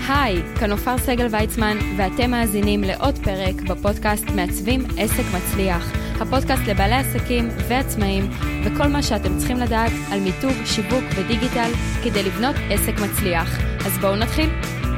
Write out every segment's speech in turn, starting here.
היי, כאן עופר סגל ויצמן, ואתם מאזינים לעוד פרק בפודקאסט מעצבים עסק מצליח. הפודקאסט לבעלי עסקים ועצמאים, וכל מה שאתם צריכים לדעת על מיתוג, שיווק ודיגיטל כדי לבנות עסק מצליח. אז בואו נתחיל.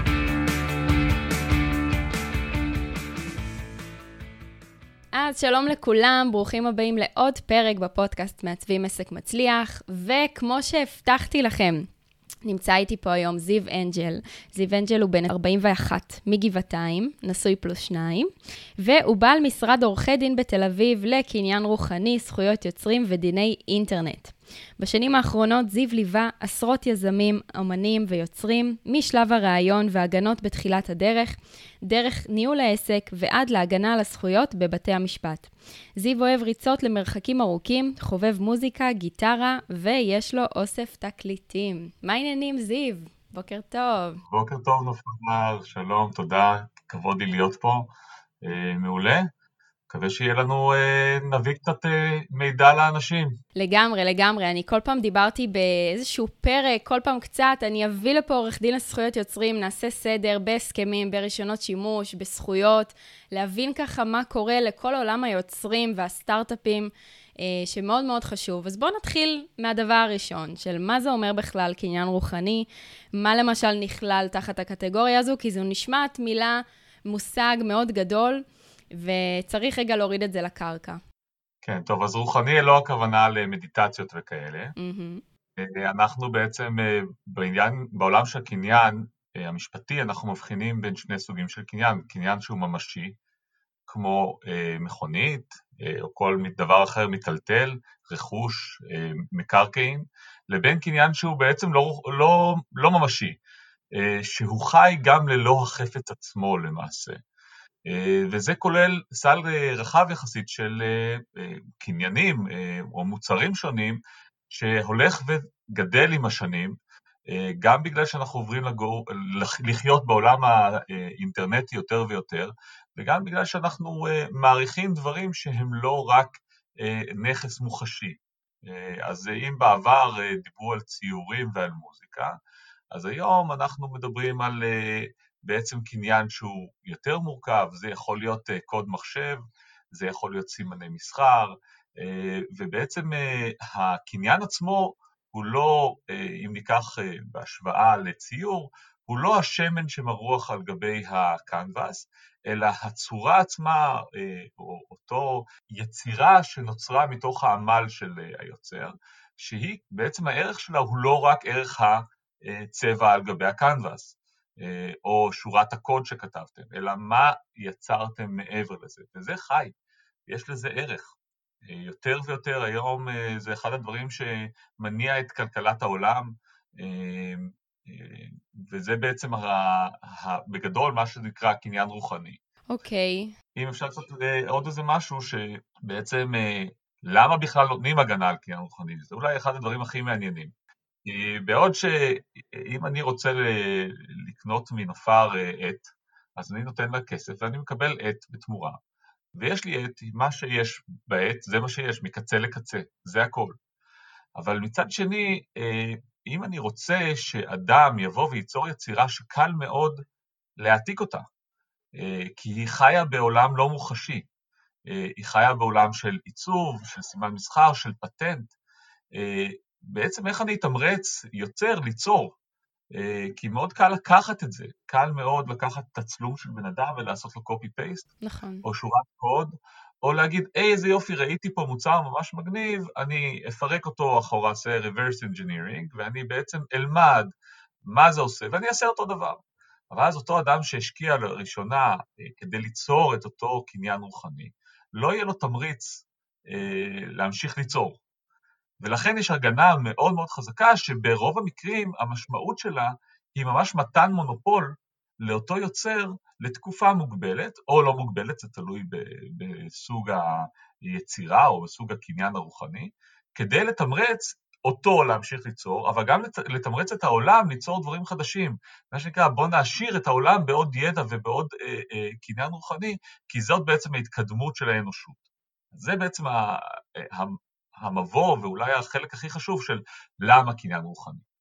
אז שלום לכולם, ברוכים הבאים לעוד פרק בפודקאסט מעצבים עסק מצליח, וכמו שהבטחתי לכם, נמצא איתי פה היום זיו אנג'ל. זיו אנג'ל הוא בן 41 מגבעתיים, נשוי +2, והוא בעל משרד עורכי דין בתל אביב לקניין רוחני, זכויות יוצרים ודיני אינטרנט. בשנים האחרונות זיו ליווה עשרות יזמים, אומנים ויוצרים, משלב הרעיון והגנות בתחילת הדרך, דרך ניהול העסק ועד להגנה על הזכויות בבתי המשפט. זיו אוהב ריצות למרחקים ארוכים, חובב מוזיקה, גיטרה, ויש לו אוסף תקליטים. מה העניינים זיו? בוקר טוב. בוקר טוב נופר, שלום, תודה, כבוד לי להיות פה, מעולה. מקווה שיהיה לנו, נביא קצת מידע לאנשים. לגמרי. אני כל פעם דיברתי באיזשהו פרק, כל פעם קצת, אני אביא לפה עורך דין לזכויות יוצרים, נעשה סדר בהסכמים, ברישיונות שימוש, בזכויות, להבין ככה מה קורה לכל עולם היוצרים והסטארט-אפים, שמאוד מאוד חשוב. אז בואו נתחיל מהדבר הראשון, של מה זה אומר בכלל קניין רוחני, מה למשל נכלל תחת הקטגוריה הזו, כי זו נשמעת מילה, מושג מאוד גדול, וצריך רגע להוריד את זה לקרקע. כן, טוב, אז רוחני לא הכוונה למדיטציות וכאלה. אנחנו בעצם בעולם של הקניין המשפטי, אנחנו מבחינים בין שני סוגים של קניין. קניין שהוא ממשי, כמו מכונית, או כל דבר אחר מטלטל, רכוש, מקרקעין, לבין קניין שהוא בעצם לא ממשי, שהוא חי גם ללא החפץ עצמו למעשה. וזה כולל סל רחב יחסית של קניינים או מוצרים שונים שהולך וגדל עם השנים, גם בגלל שאנחנו עוברים לחיות בעולם האינטרנטי יותר ויותר, וגם בגלל שאנחנו מעריכים דברים שהם לא רק נכס מוחשי. אז אם בעבר דיברו על ציורים ועל מוזיקה, אז היום אנחנו מדברים על בעצם קניין שהוא יותר מורכב, זה יכול להיות קוד מחשב, זה יכול להיות סימני מסחר, ובעצם הקניין עצמו הוא לא, אם ניקח בהשוואה לציור, הוא לא השמן שמרוח על גבי הקנבס, אלא הצורה עצמה, או אותו יצירה שנוצרה מתוך העמל של היוצר, שהיא בעצם הערך שלה הוא לא רק ערך הצבע על גבי הקנבס, או שורת הקוד שכתבתם, אלא מה יצרתם מעבר לזה, וזה חי, יש לזה ערך. יותר ויותר היום זה אחד הדברים שמניע את כלכלת העולם, וזה בעצם בגדול מה שנקרא קניין רוחני. אוקיי. אם אפשר קצת עוד איזה משהו שבעצם למה בכלל נותנים הגנה על קניין רוחני, זה אולי אחד הדברים הכי מעניינים. בעוד שאם אני רוצה לקנות מנופר עט, אז אני נותן לה כסף ואני מקבל עט בתמורה. ויש לי עט, מה שיש בעט, זה מה שיש, מקצה לקצה, זה הכל. אבל מצד שני, אם אני רוצה שאדם יבוא וייצור יצירה שקל מאוד להעתיק אותה, כי היא חיה בעולם לא מוחשי, היא חיה בעולם של עיצוב, של סימן מסחר, של פטנט, בעצם איך אני אתמרץ יוצר ליצור, כי מאוד קל לקחת את זה, קל מאוד לקחת תצלום של בן אדם ולעשות לו קופי פייסט, נכון. או שורת קוד, או להגיד, איזה יופי, ראיתי פה מוצר ממש מגניב, אני אפרק אותו אחורה, עושה reverse engineering, ואני בעצם אלמד מה זה עושה, ואני אעשה אותו דבר. אבל אז אותו אדם שהשקיע לראשונה כדי ליצור את אותו קניין רוחני, לא יהיה לו תמריץ להמשיך ליצור. ולכן יש הגנה מאוד מאוד חזקה, שברוב המקרים המשמעות שלה היא ממש מתן מונופול לאותו יוצר לתקופה מוגבלת, או לא מוגבלת, זה תלוי בסוג היצירה או בסוג הקניין הרוחני, כדי לתמרץ אותו להמשיך ליצור, אבל גם לתמרץ את העולם ליצור דברים חדשים. מה שנקרא, בוא נעשיר את העולם בעוד ידע ובעוד קניין רוחני, כי זאת בעצם ההתקדמות של האנושות. זה בעצם המבוא, ואולי החלק הכי חשוב של למה קניין רוחני.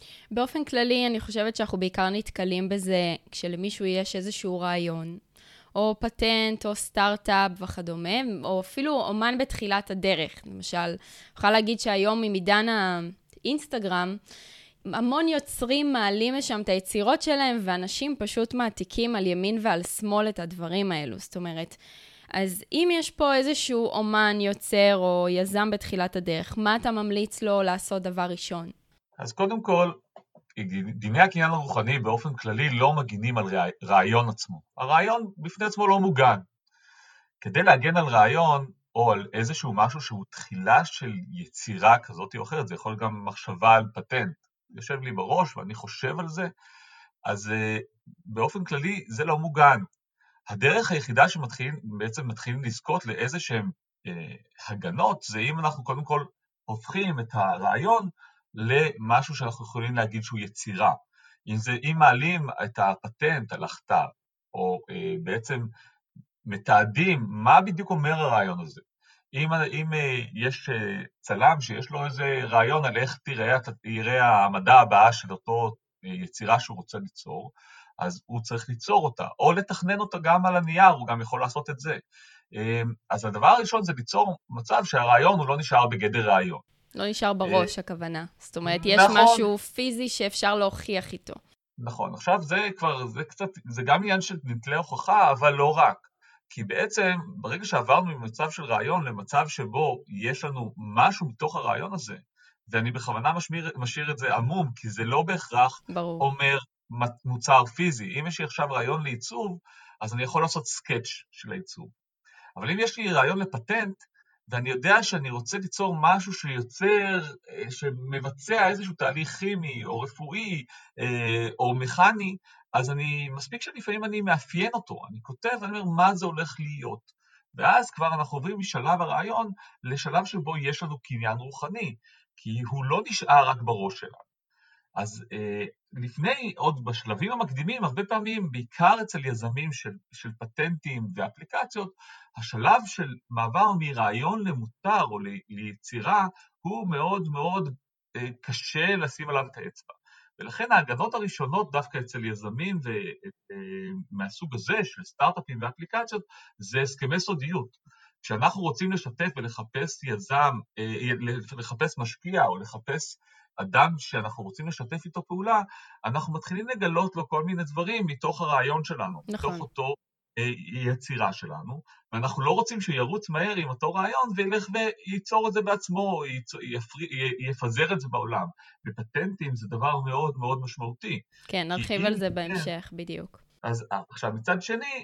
באופן כללי, אני חושבת שאנחנו בעיקר נתקלים בזה כשלמישהו יש איזשהו רעיון, או פטנט, או סטארט-אפ וכדומה, או אפילו אומן בתחילת הדרך. למשל, יכולה להגיד שהיום ממעידן האינסטגרם, המון יוצרים מעלים משם את היצירות שלהם, ואנשים פשוט מעתיקים על ימין ועל שמאל את הדברים האלו. זאת אומרת, אז אם יש פה איזשהו אומן, יוצר או יזם בתחילת הדרך, מה אתה ממליץ לו לעשות דבר ראשון? אז קודם כל, דיני הקניין הרוחני באופן כללי לא מגינים על רעיון עצמו. הרעיון בפני עצמו לא מוגן. כדי להגן על רעיון או על איזשהו משהו שהוא תחילה של יצירה כזאת או אחרת, זה יכול גם מחשבה על פטנט. יושב לי בראש ואני חושב על זה, אז באופן כללי זה לא מוגן. הדרך היחידה שבעצם מתחילים לזכות לאיזה שהם הגנות, זה אם אנחנו קודם כל הופכים את הרעיון למשהו שאנחנו יכולים להגיד שהוא יצירה. אם מעלים את הפטנט על הכתב, או בעצם מתעדים מה בדיוק אומר הרעיון הזה. אם יש צלם שיש לו איזה רעיון על איך תראה המדע הבאה של אותו יצירה שהוא רוצה ליצור, אז הוא צריך ליצור אותה, או לתכנן אותה גם על הנייר, הוא גם יכול לעשות את זה. אז הדבר הראשון זה ליצור מצב שהרעיון הוא לא נשאר בגדר רעיון. לא נשאר בראש הכוונה. זאת אומרת, יש נכון. משהו פיזי שאפשר להוכיח איתו. נכון, עכשיו זה גם עניין של נטלי הוכחה, אבל לא רק. כי בעצם ברגע שעברנו ממצב של רעיון למצב שבו יש לנו משהו מתוך הרעיון הזה, ואני בכוונה משאיר את זה עמום, כי זה לא בהכרח ברור. אומר מוצר פיזי. אם יש לי עכשיו רעיון לעיצוב, אז אני יכול לעשות סקץ' של העיצוב. אבל אם יש לי רעיון לפטנט, ואני יודע שאני רוצה ליצור משהו שמבצע איזשהו תהליך כימי, או רפואי, או מכני, אז מספיק שלפעמים אני מאפיין אותו, אני כותב ואני אומר מה זה הולך להיות. ואז כבר אנחנו עוברים משלב הרעיון לשלב שבו יש לנו קניין רוחני, כי הוא לא נשאר רק בראש שלנו. אז לפני, עוד בשלבים המקדימים, הרבה פעמים, בעיקר אצל יזמים של פטנטים ואפליקציות, השלב של מעבר מרעיון למותר או ליצירה, הוא מאוד מאוד קשה לשים עליו את האצבע. ולכן ההגנות הראשונות דווקא אצל יזמים מהסוג הזה של סטארט-אפים ואפליקציות, זה הסכמי סודיות. כשאנחנו רוצים לשתף ולחפש יזם, לחפש משקיע או לחפש אדם שאנחנו רוצים לשתף איתו פעולה, אנחנו מתחילים לגלות לו כל מיני דברים מתוך הרעיון שלנו, נכון. מתוך אותו יצירה שלנו, ואנחנו לא רוצים שירוץ מהר עם אותו רעיון וילך וייצור את זה בעצמו, יפזר את זה בעולם. בפטנטים זה דבר מאוד מאוד משמעותי. כן, נרחיב על זה בהמשך, בדיוק. אז עכשיו מצד שני,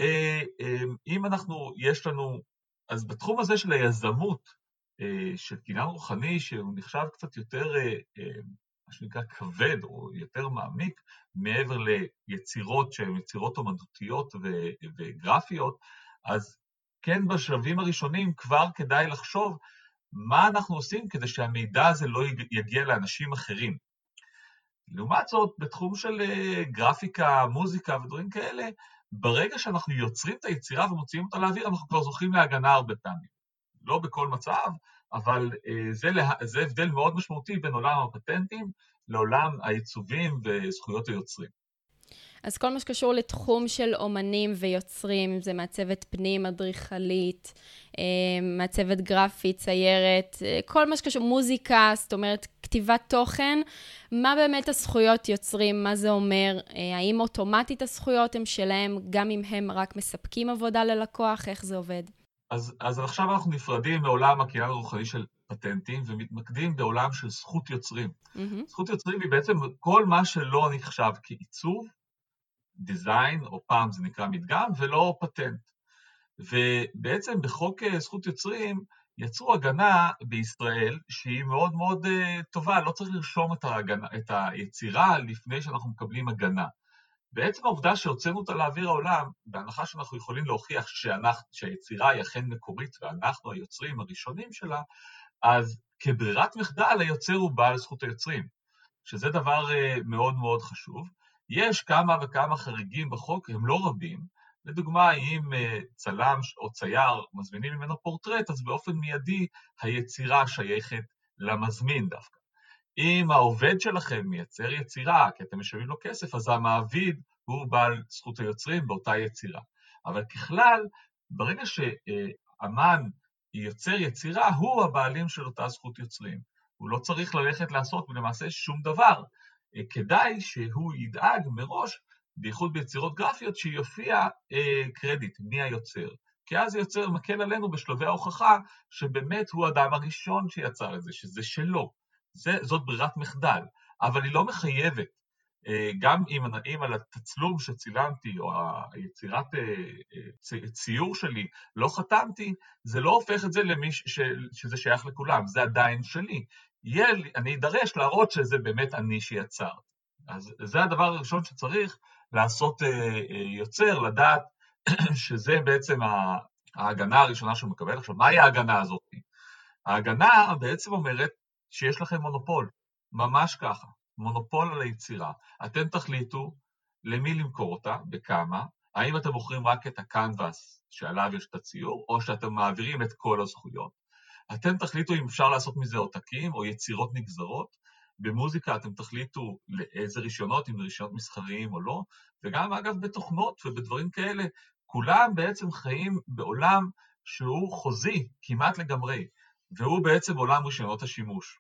אם יש לנו, אז בתחום הזה של היזמות, של קניין רוחני, שהוא נחשב קצת יותר, מה שנקרא, כבד, או יותר מעמיק, מעבר ליצירות שהן יצירות אומנותיות וגרפיות, אז כן בשלבים הראשונים כבר כדאי לחשוב מה אנחנו עושים כדי שהמידע הזה לא יגיע לאנשים אחרים. לעומת זאת, בתחום של גרפיקה, מוזיקה ודברים כאלה, ברגע שאנחנו יוצרים את היצירה ומוציאים אותה לאוויר, אנחנו כבר זוכים להגנה הרבה פעמים. לא בכל מצב, אבל זה הבדל מאוד משמעותי בין עולם הפטנטים לעולם העיצובים וזכויות היוצרים. אז כל מה שקשור לתחום של אומנים ויוצרים, אם זה מעצבת פנים, אדריכלית, מעצבת גרפית, ציירת, כל מה שקשור, מוזיקה, זאת אומרת, כתיבת תוכן, מה באמת הזכויות יוצרים, מה זה אומר, האם אוטומטית הזכויות הם שלהם, גם אם הם רק מספקים עבודה ללקוח, איך זה עובד? אז עכשיו אנחנו נפרדים מעולם הקניין הרוחני של פטנטים, ומתמקדים בעולם של זכות יוצרים. זכות יוצרים היא בעצם כל מה שלא נחשב כעיצוב, דיזיין, או פעם זה נקרא מדגם, ולא פטנט. ובעצם בחוק זכות יוצרים יצרו הגנה בישראל שהיא מאוד מאוד טובה, לא צריך לרשום את היצירה לפני שאנחנו מקבלים הגנה. בעצם העובדה שהוצאנו אותה לאוויר העולם, בהנחה שאנחנו יכולים להוכיח שהיצירה היא אכן מקורית ואנחנו היוצרים הראשונים שלה, אז כברירת מחדל היוצר הוא בעל זכות היוצרים, שזה דבר מאוד מאוד חשוב. יש כמה וכמה חריגים בחוק, הם לא רבים. לדוגמה, אם צלם או צייר מזמינים ממנו פורטרט, אז באופן מיידי היצירה שייכת למזמין דווקא. אם העובד שלכם מייצר יצירה, כי אתם משלמים לו כסף, אז המעביד הוא בעל זכות היוצרים באותה יצירה. אבל ככלל, ברגע שאמן יוצר יצירה, הוא הבעלים של אותה זכות יוצרים. הוא לא צריך ללכת לעשות למעשה שום דבר. כדאי שהוא ידאג מראש, בייחוד ביצירות גרפיות, שיופיע קרדיט, מי היוצר. כי אז היוצר מקל עלינו בשלבי ההוכחה, שבאמת הוא האדם הראשון שיצר את זה, שזה שלו. זאת ברירת מחדל, אבל היא לא מחייבת. גם אם על התצלום שצילמתי, או היצירת ציור שלי, לא חתמתי, זה לא הופך את זה למי שזה שייך לכולם, זה עדיין שלי. אני אדרש להראות שזה באמת אני שיצר. אז זה הדבר הראשון שצריך לעשות יוצר, לדעת שזה בעצם ההגנה הראשונה שהוא מקבל. עכשיו, מהי ההגנה הזאת? ההגנה בעצם אומרת שיש לכם מונופול, ממש ככה, מונופול על היצירה. אתם תחליטו למי למכור אותה, בכמה, האם אתם מוכרים רק את הקנבס שעליו יש את הציור, או שאתם מעבירים את כל הזכויות. אתם תחליטו אם אפשר לעשות מזה עותקים או יצירות נגזרות. במוזיקה אתם תחליטו לאיזה רישיונות, אם רישיונות מסחריים או לא, וגם אגב בתוכנות ובדברים כאלה, כולם בעצם חיים בעולם שהוא חוזי כמעט לגמרי, והוא בעצם עולם רישיונות השימוש.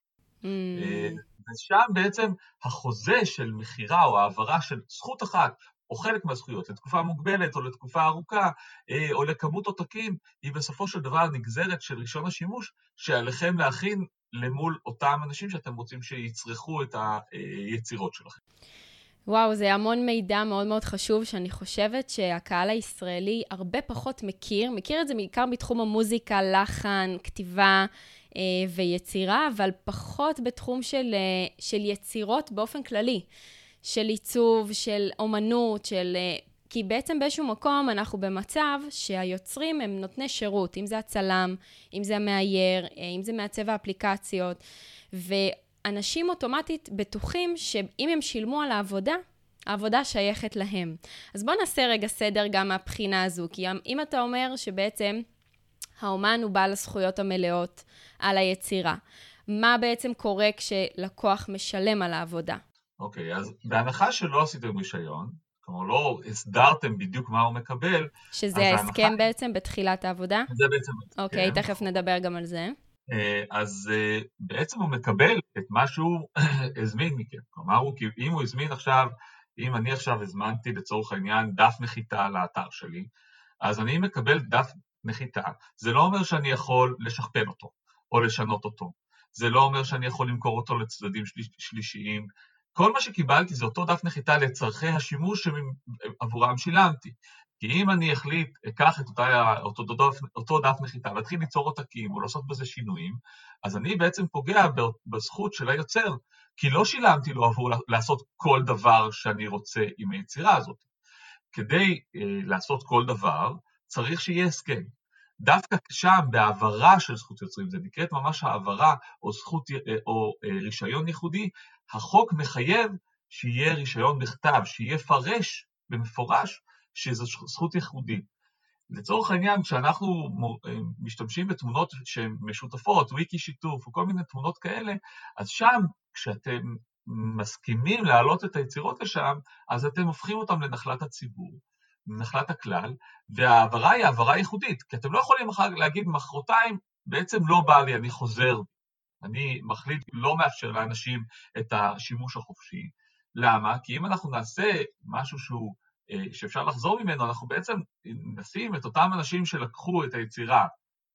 ושם בעצם החוזה של מחירה או העברה של זכות אחת, או חלק מהזכויות, לתקופה מוגבלת או לתקופה ארוכה, או לכמות עותקים, היא בסופו של דבר נגזרת של רישיון השימוש, שעליכם להכין למול אותם אנשים שאתם רוצים שיצרכו את היצירות שלכם. וואו, זה המון מידע מאוד מאוד חשוב, שאני חושבת שהקהל הישראלי הרבה פחות מכיר את זה בעיקר בתחום המוזיקה, לחן, כתיבה ויצירה, אבל פחות בתחום של יצירות באופן כללי, של עיצוב, של אומנות, כי בעצם באיזשהו מקום אנחנו במצב שהיוצרים הם נותני שירות, אם זה הצלם, אם זה המאייר, אם זה מעצב האפליקציות, אנשים אוטומטית בטוחים שאם הם שילמו על העבודה שייכת להם. אז בוא נעשה רגע סדר גם מהבחינה הזו, כי אם אתה אומר שבעצם האומן הוא בעל הזכויות המלאות על היצירה, מה בעצם קורה כשלקוח משלם על העבודה? אוקיי, אז בהנחה שלא עשיתם רישיון, כלומר לא הסדרתם בדיוק מה הוא מקבל, שזה ההסכם בעצם בתחילת העבודה? זה בעצם ההסכם. אוקיי, תכף נדבר גם על זה. אז בעצם הוא מקבל את מה שהוא הזמין מכם. כלומר, אם הוא הזמין עכשיו, אם אני עכשיו הזמנתי לצורך העניין דף נחיתה לאתר שלי, אז אני מקבל דף נחיתה. זה לא אומר שאני יכול לשכפל אותו, או לשנות אותו. זה לא אומר שאני יכול למכור אותו לצדדים שלישיים. כל מה שקיבלתי זה אותו דף נחיתה לצרכי השימוש שעבורם שילמתי. כי אם אני החליט, אקח את אותו דף נחיתה, להתחיל ליצור עותקים או לעשות בזה שינויים, אז אני בעצם פוגע בזכות של היוצר, כי לא שילמתי לו עבור לעשות כל דבר שאני רוצה עם היצירה הזאת. כדי לעשות כל דבר, צריך שיהיה הסכם. דווקא שם, בהעברה של זכות יוצרים, זה נקראת ממש העברה או רישיון ייחודי, החוק מחייב שיהיה רישיון בכתב, שיהיה פרש במפורש, שזו זכות ייחודית. לצורך העניין, כשאנחנו משתמשים בתמונות שהן משותפות, וויקי שיתוף, וכל מיני תמונות כאלה, אז שם, כשאתם מסכימים להעלות את היצירות לשם, אז אתם הופכים אותם לנחלת הציבור, לנחלת הכלל, והעברה היא העברה ייחודית, כי אתם לא יכולים להגיד מחרתיים, בעצם לא בא לי, אני חוזר, אני מחליט לא מאפשר לאנשים את השימוש החופשי. למה? כי אם אנחנו נעשה משהו שאפשר לחזור ממנו, אנחנו בעצם נשים את אותם אנשים שלקחו את היצירה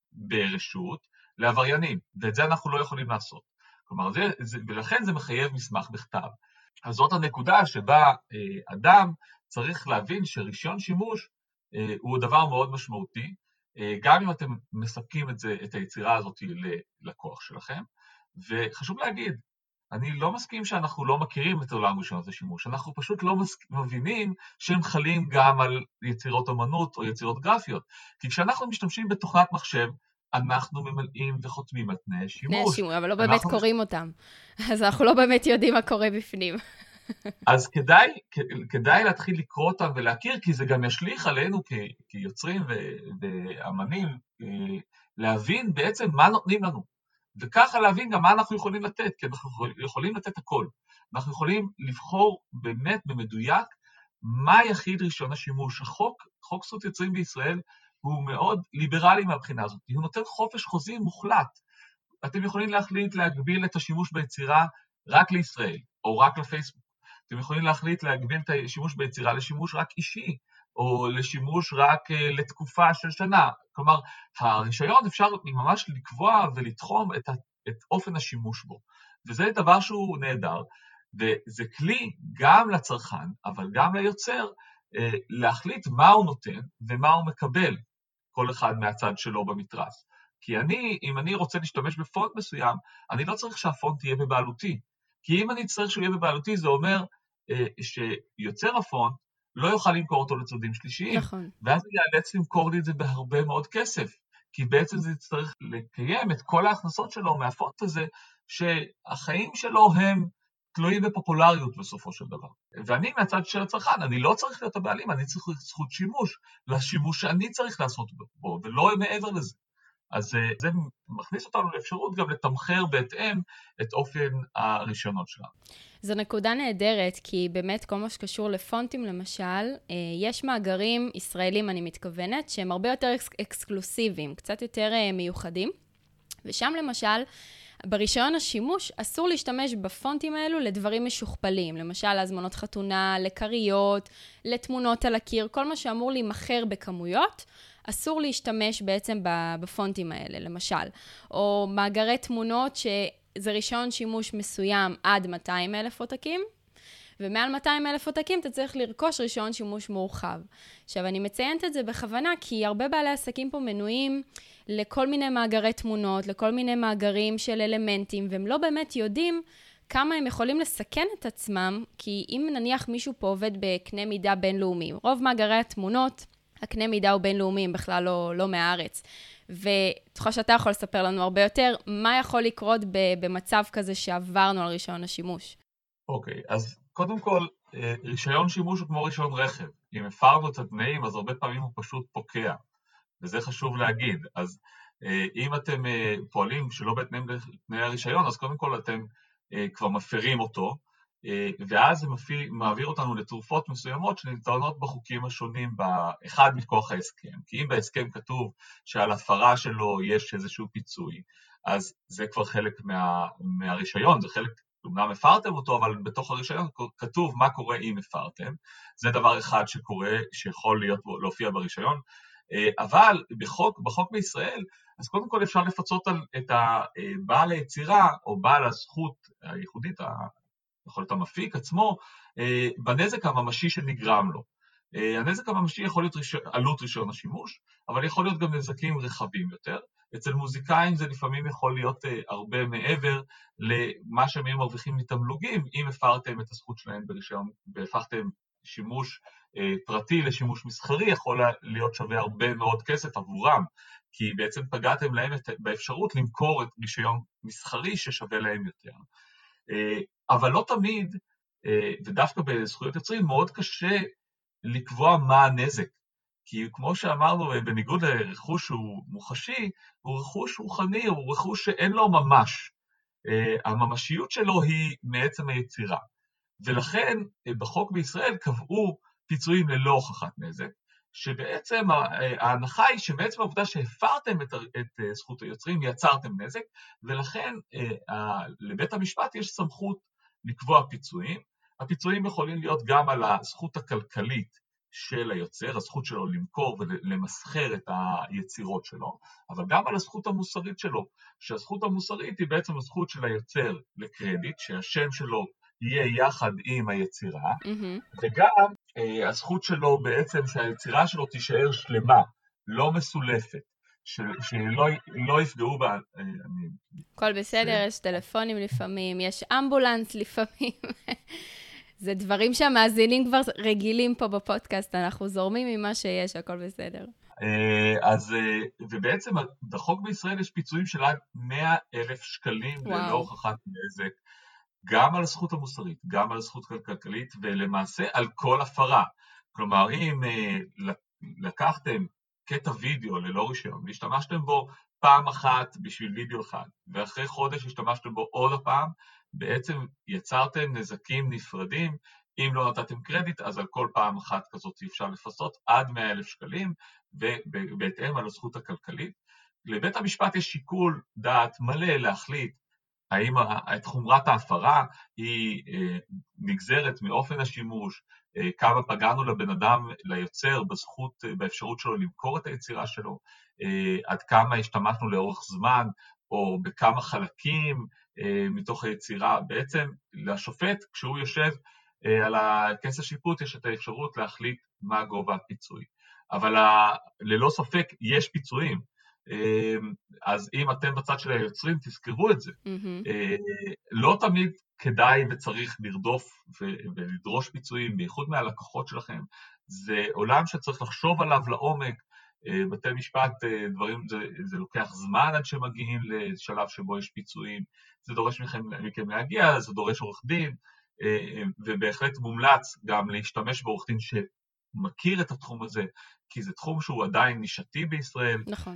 ברשות לעבריינים, ואת זה אנחנו לא יכולים לעשות. כלומר, ולכן זה מחייב מסמך בכתב. אז זאת הנקודה שבה אדם צריך להבין שרישיון שימוש הוא דבר מאוד משמעותי, גם אם אתם מספקים את היצירה הזאת ללקוח שלכם, וחשוב להגיד, אני לא מסכים שאנחנו לא מכירים את עולם רישיונות השימוש, אנחנו פשוט לא מבינים שהם חלים גם על יצירות אמנות או יצירות גרפיות, כי כשאנחנו משתמשים בתוכנת מחשב, אנחנו ממלאים וחותמים על תנאי שימוש. אבל לא באמת קוראים אותם, אז אנחנו לא באמת יודעים מה קורה בפנים. אז כדאי להתחיל לקרוא אותם ולהכיר, כי זה גם ישליך עלינו כיוצרים ואמנים, להבין בעצם מה נותנים לנו. וככה להבין גם מה אנחנו יכולים לתת, כי אנחנו יכולים לתת הכל. אנחנו יכולים לבחור באמת במדויק מה יחיד רישיון השימוש. חוק זכות יוצרים בישראל הוא מאוד ליברלי מהבחינה הזאת, הוא נותן חופש חוזי מוחלט. אתם יכולים להחליט להגביל את השימוש ביצירה רק לישראל, או רק לפייסבוק. אתם יכולים להחליט להגביל את השימוש ביצירה לשימוש רק אישי, או לשימוש רק לתקופה של שנה. כלומר, הרישיון אפשר ממש לקבוע ולתחום את אופן השימוש בו. וזה דבר שהוא נהדר, וזה כלי גם לצרכן, אבל גם ליוצר, להחליט מה הוא נותן ומה הוא מקבל, כל אחד מהצד שלו במתרס. כי אם אני רוצה להשתמש בפונט מסוים, אני לא צריך שהפונט יהיה בבעלותי. כי אם אני צריך שהוא יהיה בבעלותי, זה אומר שיוצר הפונט לא יוכל למכור אותו לצדדים שלישיים. נכון. ואז הוא יאלץ למכור לי את זה בהרבה מאוד כסף. כי בעצם זה יצטרך לקיים את כל ההכנסות שלו מהפונט הזה, שהחיים שלו הם תלויים בפופולריות בסופו של דבר. ואני מהצד של הצרכן, אני לא צריך להיות הבעלים, אני צריך זכות שימוש, לשימוש שאני צריך לעשות בו, ולא מעבר לזה. אז זה מכניס אותנו לאפשרות גם לתמחר בהתאם את אופן הרישיונות שלנו. זו נקודה נהדרת, כי באמת כל מה שקשור לפונטים למשל, יש מאגרים ישראלים, אני מתכוונת, שהם הרבה יותר אקסקלוסיביים, קצת יותר מיוחדים, ושם למשל, ברישיון השימוש אסור להשתמש בפונטים האלו לדברים משוכפלים, למשל להזמנות חתונה, לקריות, לתמונות על הקיר, כל מה שאמור להימחר בכמויות, אסור להשתמש בעצם בפונטים האלה, למשל. או מאגרי תמונות שזה רישיון שימוש מסוים עד 200,000 עותקים, ומעל 200,000 עותקים אתה צריך לרכוש רישיון שימוש מורחב. עכשיו, אני מציינת את זה בכוונה, כי הרבה בעלי עסקים פה מנויים לכל מיני מאגרי תמונות, לכל מיני מאגרים של אלמנטים, והם לא באמת יודעים כמה הם יכולים לסכן את עצמם, כי אם נניח מישהו פה עובד בקנה מידה בינלאומי, רוב מאגרי התמונות, הקנה מידה הוא בינלאומי, הם בכלל לא מהארץ. ותוכל שאתה יכול לספר לנו הרבה יותר, מה יכול לקרות במצב כזה שעברנו על רישיון השימוש? אוקיי, אז קודם כל, רישיון שימוש הוא כמו רישיון רכב. אם הפרנו את התנאים, אז הרבה פעמים הוא פשוט פוקע. וזה חשוב להגיד. אז אם אתם פועלים שלא בהתאם לתנאי הרישיון, אז קודם כל אתם כבר מפרים אותו, ואז זה מעביר אותנו לתרופות מסוימות שנטענות בחוקים השונים באחד מכוח ההסכם. כי אם בהסכם כתוב שעל הפרה שלו יש איזשהו פיצוי, אז זה כבר חלק מהרישיון, זה חלק, אומנם הפרתם אותו, אבל בתוך הרישיון כתוב מה קורה אם הפרתם. זה דבר אחד שקורה, שיכול להופיע ברישיון, אבל בחוק בישראל, אז קודם כל אפשר לפצות את בעל היצירה, או בעל הזכות הייחודית, יכול להיות המפיק עצמו, בנזק הממשי שנגרם לו. הנזק הממשי יכול להיות עלות רישיון השימוש, אבל יכול להיות גם נזקים רחבים יותר. אצל מוזיקאים זה לפעמים יכול להיות הרבה מעבר למה שהם מרוויחים מתמלוגים, אם הפרתם את הזכות שלהם ברישיון, והפכתם שימוש פרטי לשימוש מסחרי, יכול להיות שווה הרבה מאוד כסף עבורם, כי בעצם פגעתם להם באפשרות למכור את רישיון מסחרי ששווה להם יותר. אבל לא תמיד, ודווקא בזכויות יוצרים, מאוד קשה לקבוע מה הנזק. כי כמו שאמרנו, בניגוד לרכוש שהוא מוחשי, הוא רכוש רוחני, הוא רכוש שאין לו ממש. הממשיות שלו היא מעצם היצירה. ולכן בחוק בישראל קבעו פיצויים ללא הוכחת נזק, שבעצם ההנחה היא שבעצם העובדה שהפרתם את זכות היוצרים, יצרתם נזק, ולכן לבית המשפט יש סמכות לקבוע פיצויים. הפיצויים יכולים להיות גם על הזכות הכלכלית של היוצר, הזכות שלו למכור ולמסחר את היצירות שלו, אבל גם על הזכות המוסרית שלו, שהזכות המוסרית היא בעצם הזכות של היוצר לקרדיט, שהשם שלו יהיה יחד עם היצירה, וגם הזכות שלו בעצם שהיצירה שלו תישאר שלמה, לא מסולפת, שלא יפגעו בה. הכל בסדר, יש טלפונים לפעמים, יש אמבולנס לפעמים. זה דברים שהמאזינים כבר רגילים פה בפודקאסט, אנחנו זורמים ממה שיש, הכל בסדר. אז, ובעצם בחוק בישראל יש פיצויים של עד 100,000 שקלים ללא הוכחת נזק, גם על הזכות המוסרית, גם על הזכות הכלכלית, ולמעשה על כל הפרה. כלומר, אם לקחתם קטע וידאו ללא רישיון, והשתמשתם בו פעם אחת בשביל וידאו אחד, ואחרי חודש השתמשתם בו עוד הפעם, בעצם יצרתם נזקים נפרדים. אם לא נתתם קרדיט, אז על כל פעם אחת כזאת אפשר לפסות עד 100,000 שקלים, ובהתאם על הזכות הכלכלית. לבית המשפט יש שיקול דעת מלא להחליט האם את חומרת ההפרה היא נגזרת מאופן השימוש, כמה פגענו לבן אדם, ליוצר, בזכות, באפשרות שלו למכור את היצירה שלו, עד כמה השתמשנו לאורך זמן, או בכמה חלקים מתוך היצירה. בעצם לשופט, כשהוא יושב על הכס השיפוט, יש את האפשרות להחליט מה גובה הפיצוי. אבל ללא ספק יש פיצויים. אז אם אתם בצד של היוצרים, תזכרו את זה. לא תמיד כדאי וצריך לרדוף ולדרוש פיצויים, בייחוד מהלקוחות שלכם. זה עולם שצריך לחשוב עליו לעומק. בתי משפט, דברים, זה לוקח זמן עד שמגיעים לשלב שבו יש פיצויים. זה דורש מכם להגיע, זה דורש עורך דין, ובהחלט מומלץ גם להשתמש בעורך דין שמכיר את התחום הזה, כי זה תחום שהוא עדיין נישתי בישראל. נכון.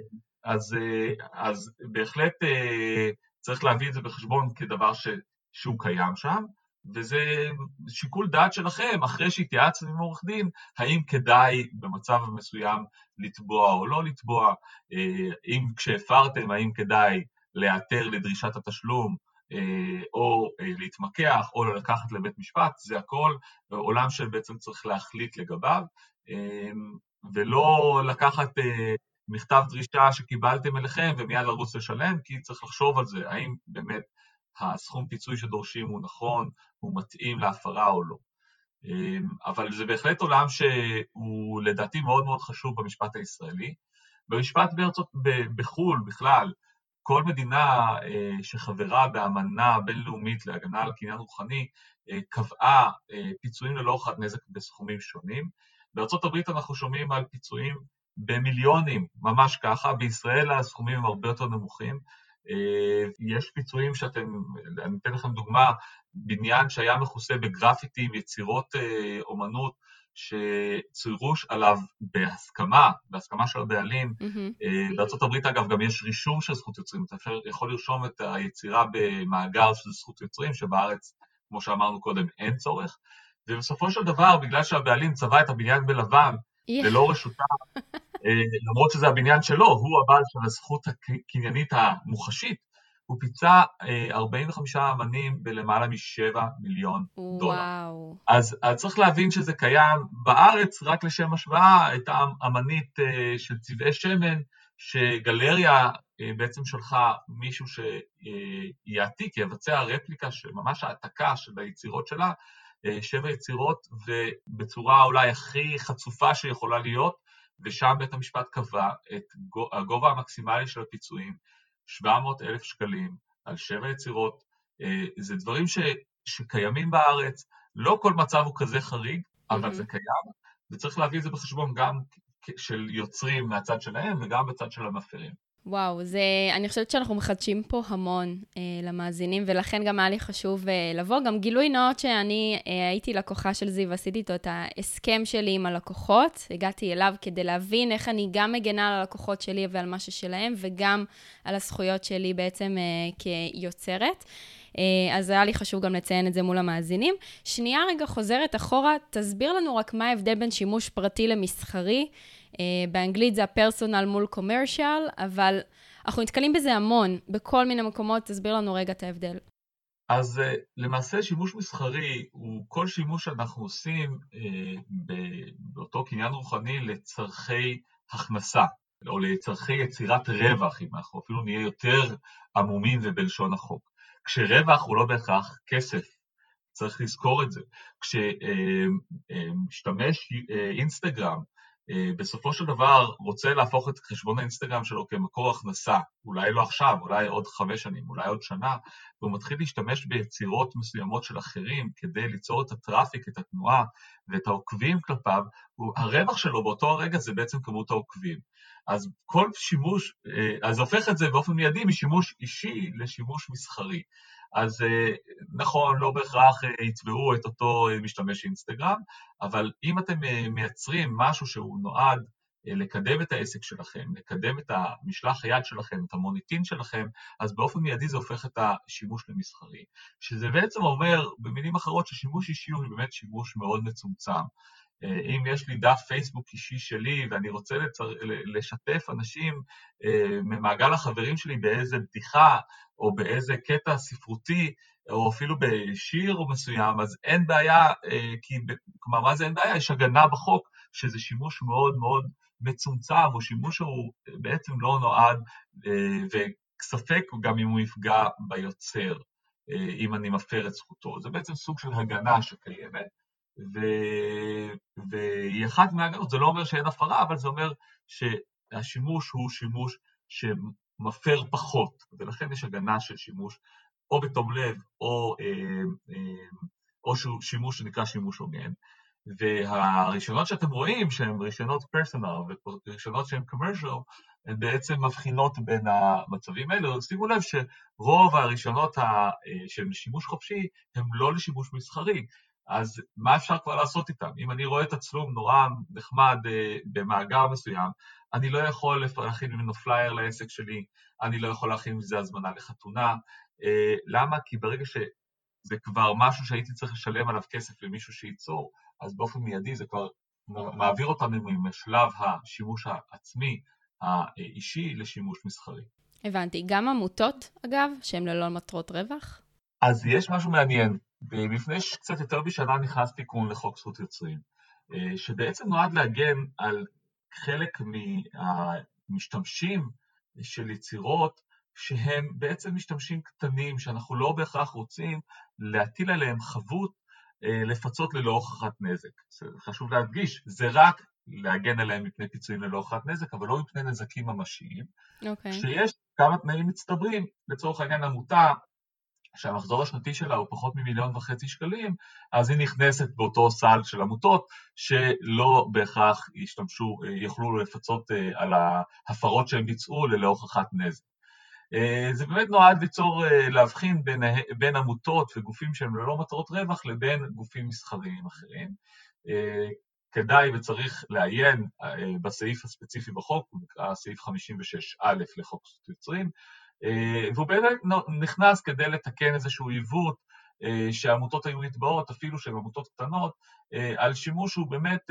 אז בהחלט צריך להביא את זה בחשבון כדבר שהוא קיים שם, וזה שיקול דעת שלכם, אחרי שהתייעצתם עם עורך דין, האם כדאי במצב מסוים לתבוע או לא לתבוע, אם כשהפרתם, האם כדאי להיעתר לדרישת התשלום, או להתמקח, או לקחת לבית משפט. זה הכל עולם שבעצם צריך להחליט לגביו, ולא לקחת מכתב דרישה שקיבלתם אליכם ומיד לרוץ לשלם, כי צריך לחשוב על זה, האם באמת הסכום פיצוי שדורשים הוא נכון, הוא מתאים להפרה או לא. אבל זה בהחלט עולם שהוא לדעתי מאוד מאוד חשוב במשפט הישראלי. במשפט בחו"ל בכלל, כל מדינה שחברה באמנה בינלאומית להגנה על קניין רוחני, קבעה פיצויים ללא הוכחת נזק בסכומים שונים. בארצות הברית אנחנו שומעים על פיצויים במיליונים, ממש ככה. בישראל הסכומים הם הרבה יותר נמוכים. יש פיצויים אני אתן לכם דוגמה, בניין שהיה מכוסה בגרפיטים, יצירות אומנות, שצוירו עליו בהסכמה של הבעלים. בארצות הברית אגב גם יש רישום של זכות יוצרים, אתה יכול לרשום את היצירה במאגר של זכות יוצרים, שבארץ, כמו שאמרנו קודם, אין צורך. ובסופו של דבר, בגלל שהבעלים צבע את הבניין בלבן, ללא רשותה, למרות שזה הבניין שלו, הוא הבעל של הזכות הקניינית המוחשית, הוא פיצה 45 אמנים בלמעלה $7 מיליון. וואו. אז צריך להבין שזה קיים בארץ, רק לשם השוואה, הייתה אמנית של צבעי שמן, שגלריה בעצם שלחה מישהו שיעתיק, יבצע רפליקה, ממש העתקה של היצירות שלה, 7 יצירות, ובצורה אולי הכי חצופה שיכולה להיות, ושם בית המשפט קבע את הגובה המקסימלי של הפיצויים, 700,000 שקלים על 7 יצירות. זה דברים שקיימים בארץ, לא כל מצב הוא כזה חריג, אבל זה קיים, וצריך להביא את זה בחשבון גם של יוצרים מהצד שלהם, וגם בצד של המפירים. וואו, אני חושבת שאנחנו מחדשים פה המון למאזינים, ולכן גם היה לי חשוב לבוא. גם גילוי נאות שאני הייתי לקוחה של זיו, עשיתי איתו את ההסכם שלי עם הלקוחות, הגעתי אליו כדי להבין איך אני גם מגנה על הלקוחות שלי ועל מה ששלהם, וגם על הזכויות שלי בעצם כיוצרת. אז היה לי חשוב גם לציין את זה מול המאזינים. שנייה רגע חוזרת אחורה, תסביר לנו רק מה ההבדל בין שימוש פרטי למסחרי. באנגלית זה הפרסונל מול קומרשיאל, אבל אנחנו נתקלים בזה המון, בכל מיני מקומות. תסביר לנו רגע את ההבדל. אז למעשה שימוש מסחרי הוא כל שימוש שאנחנו עושים באותו קניין רוחני לצרכי הכנסה, או לצרכי יצירת רווח, אם אנחנו אפילו נהיה יותר עמומים ובלשון החוק. כשרווח הוא לא בהכרח כסף, צריך לזכור את זה. כשמשתמש אינסטגרם, בסופו של דבר רוצה להפוך את חשבון האינסטגרם שלו כמקור הכנסה, אולי לא עכשיו, אולי עוד 5 שנים, אולי עוד שנה, והוא מתחיל להשתמש ביצירות מסוימות של אחרים כדי ליצור את הטראפיק, את התנועה ואת העוקבים כלפיו, הרווח שלו באותו הרגע זה בעצם כמות העוקבים. אז כל שימוש, אז הופך את זה באופן מיידי משימוש אישי לשימוש מסחרי. אז נכון, לא בהכרח יתבעו את אותו משתמש אינסטגרם, אבל אם אתם מייצרים משהו שהוא נועד לקדם את העסק שלכם, לקדם את המשלח היד שלכם, את המוניטין שלכם, אז באופן מיידי זה הופך את השימוש למסחרי. שזה בעצם אומר, במילים אחרות, ששימוש אישי הוא באמת שימוש מאוד מצומצם. אם יש לי דף פייסבוק אישי שלי, ואני רוצה לשתף אנשים ממעגל החברים שלי באיזה בדיחה, או באיזה קטע ספרותי, או אפילו בשיר מסוים, אז אין בעיה, כלומר, מה זה אין בעיה? יש הגנה בחוק, שזה שימוש מאוד מאוד מצומצם, או שימוש שהוא בעצם לא נועד, וספק גם אם הוא יפגע ביוצר, אם אני מפר את זכותו. זה בעצם סוג של הגנה שקיימת, והיא אחת מההגנות. זה לא אומר שאין הפרה, אבל זה אומר שהשימוש הוא שימוש שמפר פחות, ולכן יש הגנה של שימוש או בתום לב, או שימוש שנקרא שימוש הוגן. והרישיונות שאתם רואים, שהן רישיונות פרסונל ורישיונות שהן קומרשיאל, הן בעצם מבחינות בין המצבים האלה. שימו לב שרוב הרישיונות של שימוש חופשי הם לא לשימוש מסחרי, אז מה אפשר כבר לעשות איתם? אם אני רואה את הצלום נורא נחמד במאגר מסוים, אני לא יכול להכין ממנו פלייר לעסק שלי, אני לא יכול להכין מזה הזמנה לחתונה. למה? כי ברגע שזה כבר משהו שהייתי צריך לשלם עליו כסף למישהו שייצור, אז באופן מיידי זה כבר מעביר אותנו משלב השימוש העצמי האישי לשימוש מסחרי. הבנתי. גם עמותות, אגב, שהן ללא מטרות רווח? אז יש משהו מעניין. לפני קצת יותר בשנה נכנס תיקון לחוק זכות יוצרים, שבעצם נועד להגן על חלק מהמשתמשים של יצירות, שהם בעצם משתמשים קטנים, שאנחנו לא בהכרח רוצים להטיל עליהם חבות, לפצות ללא הוכחת נזק. חשוב להדגיש, זה רק להגן עליהם מפני פיצויים ללא הוכחת נזק, אבל לא מפני נזקים ממשיים. שיש כמה תנאים מצטברים, לצורך העניין עמותה, שהמחזור השנתי שלה הוא פחות מ1.5 מיליון שקלים, אז היא נכנסת באותו סל של עמותות, שלא בהכרח יוכלו לפצות על ההפרות שהם ביצעו ללא הוכחת נזק. זה באמת נועד להבחין בין עמותות וגופים שהם ללא מטרות רווח, לבין גופים מסחריים אחרים. כדאי וצריך לעיין בסעיף הספציפי בחוק, הוא נקרא סעיף 56א לחוק זכות יוצרים, והוא באמת נכנס כדי לתקן איזשהו עיוות שהעמותות היו נתבעות, אפילו שהן עמותות קטנות, על שימוש שהוא באמת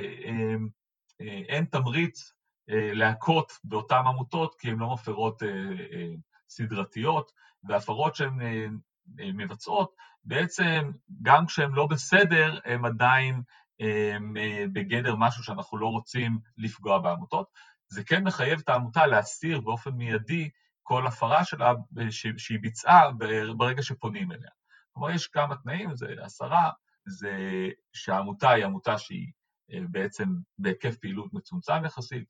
אין תמריץ להכות באותן עמותות, כי הן לא מפרות סדרתיות, והפרות שהן מבצעות, בעצם גם כשהן לא בסדר, הן עדיין בגדר משהו שאנחנו לא רוצים לפגוע בעמותות. זה כן מחייב את העמותה להסיר באופן מיידי כל הפרה שלה שהיא ביצעה ברגע שפונים אליה. כלומר, יש כמה תנאים, זה 10, זה שהעמותה היא עמותה שהיא בעצם בהיקף פעילות מצומצם יחסית,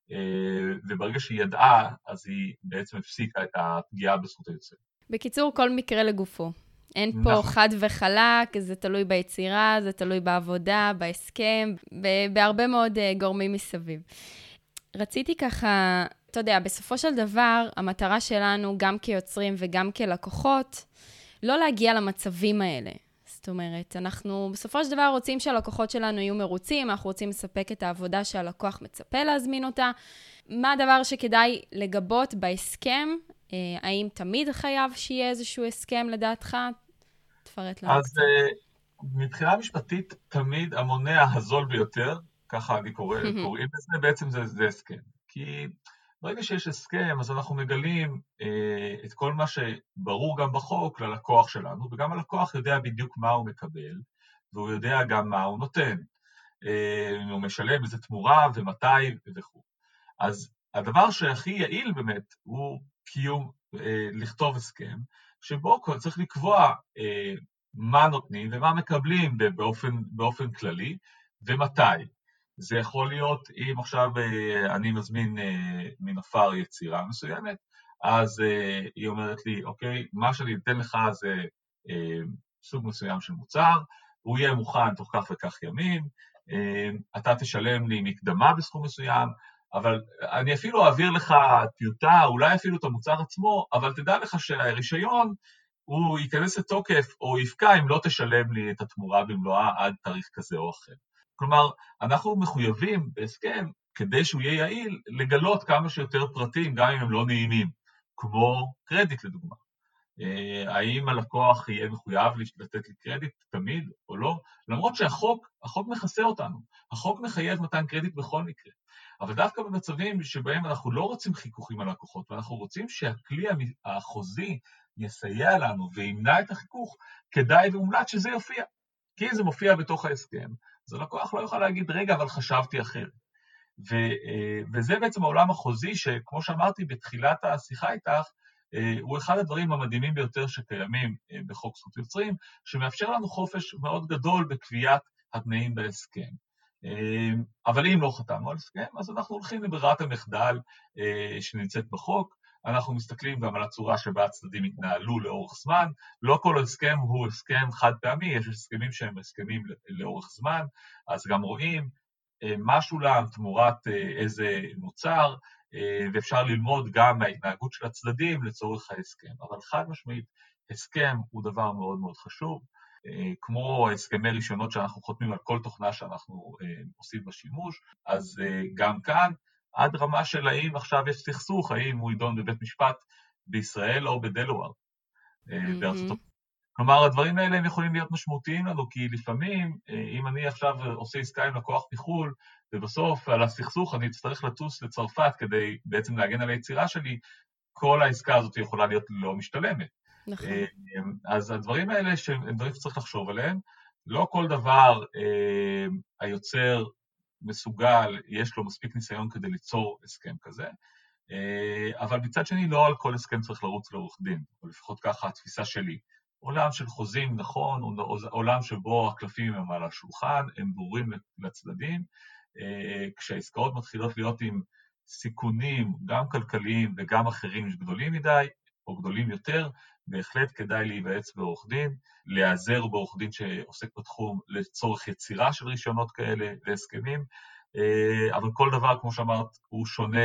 וברגע שהיא ידעה, אז היא בעצם הפסיקה את הפגיעה בזכות היוצר. בקיצור, כל מקרה לגופו. אין פה חד וחלק, זה תלוי ביצירה, זה תלוי בעבודה, בהסכם, בהרבה מאוד גורמים מסביב. רציתי ככה, אתה יודע, בסופו של דבר, המטרה שלנו, גם כיוצרים וגם כלקוחות, לא להגיע למצבים האלה. זאת אומרת, אנחנו בסופו של דבר רוצים שהלקוחות שלנו יהיו מרוצים, אנחנו רוצים לספק את העבודה שהלקוח מצפה להזמין אותה. מה הדבר שכדאי לגבות בהסכם? האם תמיד חייב שיהיה איזשהו הסכם לדעתך? תפרט לנו. אז מבחינה משפטית, תמיד המונע הזול ביותר, ככה אני קוראים לזה, בעצם זה הסכם. כי ברגע שיש הסכם, אז אנחנו מגלים את כל מה שברור גם בחוק ללקוח שלנו, וגם הלקוח יודע בדיוק מה הוא מקבל, והוא יודע גם מה הוא נותן. הוא משלם איזה תמורה ומתי וכו'. אז הדבר שהכי יעיל באמת הוא קיום, לכתוב הסכם, שבו צריך לקבוע מה נותנים ומה מקבלים באופן כללי, ומתי. זה יכול להיות, אם עכשיו אני מזמין מנופר יצירה מסוימת, אז היא אומרת לי, אוקיי, מה שאני אתן לך זה סוג מסוים של מוצר, הוא יהיה מוכן תוך כך וכך ימים, אתה תשלם לי מקדמה בסכום מסוים, אבל אני אפילו אעביר לך טיוטה, אולי אפילו את המוצר עצמו, אבל תדע לך שהרישיון הוא ייכנס לתוקף או יפקע אם לא תשלם לי את התמורה במלואה עד תאריך כזה או אחר. כלומר, אנחנו מחויבים בהסכם כדי שהוא יהיה יעיל, לגלות כמה שיותר פרטים, גם אם הם לא נעימים, כמו קרדיט לדוגמה. האם הלקוח יהיה מחויב לתת לי קרדיט תמיד או לא, למרות שהחוק מכסה אותנו, החוק מחייב מתן קרדיט בכל מקרה, אבל דווקא במצבים שבהם אנחנו לא רוצים חיכוכים על לקוחות, ואנחנו רוצים שהכלי החוזי יסייע לנו וימנע את החיכוך, כדאי ומומלץ שזה יופיע, כי אם זה מופיע בתוך ההסכם, אז הלקוח לא יוכל להגיד, רגע, אבל חשבתי אחרת. וזה בעצם העולם החוזי, שכמו שאמרתי בתחילת השיחה איתך, הוא אחד הדברים המדהימים ביותר שקיימים בחוק זכות יוצרים, שמאפשר לנו חופש מאוד גדול בקביעת התנאים בהסכם. אבל אם לא חתמנו על הסכם, אז אנחנו הולכים לברירת המחדל שנמצאת בחוק, אנחנו מסתכלים גם על הצורה שבה הצדדים התנהלו לאורך זמן, לא כל הסכם הוא הסכם חד פעמי, יש הסכמים שהם הסכמים לאורך זמן, אז גם רואים מה שולם תמורת איזה מוצר, ואפשר ללמוד גם מההתנהגות של הצדדים לצורך ההסכם. אבל חד משמעית, הסכם הוא דבר מאוד מאוד חשוב, כמו הסכמי ראשונות שאנחנו חותמים על כל תוכנה שאנחנו עושים בשימוש, אז גם כאן, עד רמה של האם עכשיו יש סכסוך, האם הוא יידון בבית משפט בישראל או בדלוור, בארצות הברית. כלומר, הדברים האלה הם יכולים להיות משמעותיים לנו, כי לפעמים, אם אני עכשיו עושה עסקה עם לקוח מחול, ובסוף על הסכסוך אני אצטרך לטוס לצרפת כדי בעצם להגן על היצירה שלי, כל העסקה הזאת יכולה להיות לא משתלמת. נכון. אז הדברים האלה הם דברים שצריך לחשוב עליהם, לא כל דבר היוצר מסוגל, יש לו מספיק ניסיון כדי ליצור הסכם כזה, אבל מצד שני לא על כל הסכם צריך לרוץ לעורך דין, או לפחות ככה התפיסה שלי. עולם של חוזים נכון, עולם שבו הקלפים הם על השולחן, הם ברורים לצדדים, כשהעסקאות מתחילות להיות עם סיכונים, גם כלכליים וגם אחרים גדולים מדי, או גדולים יותר, בהחלט כדאי להיוועץ בעורך דין, להיעזר בעורך דין שעוסק בתחום לצורך יצירה של רישיונות כאלה והסכמים, אבל כל דבר, כמו שאמרת, הוא שונה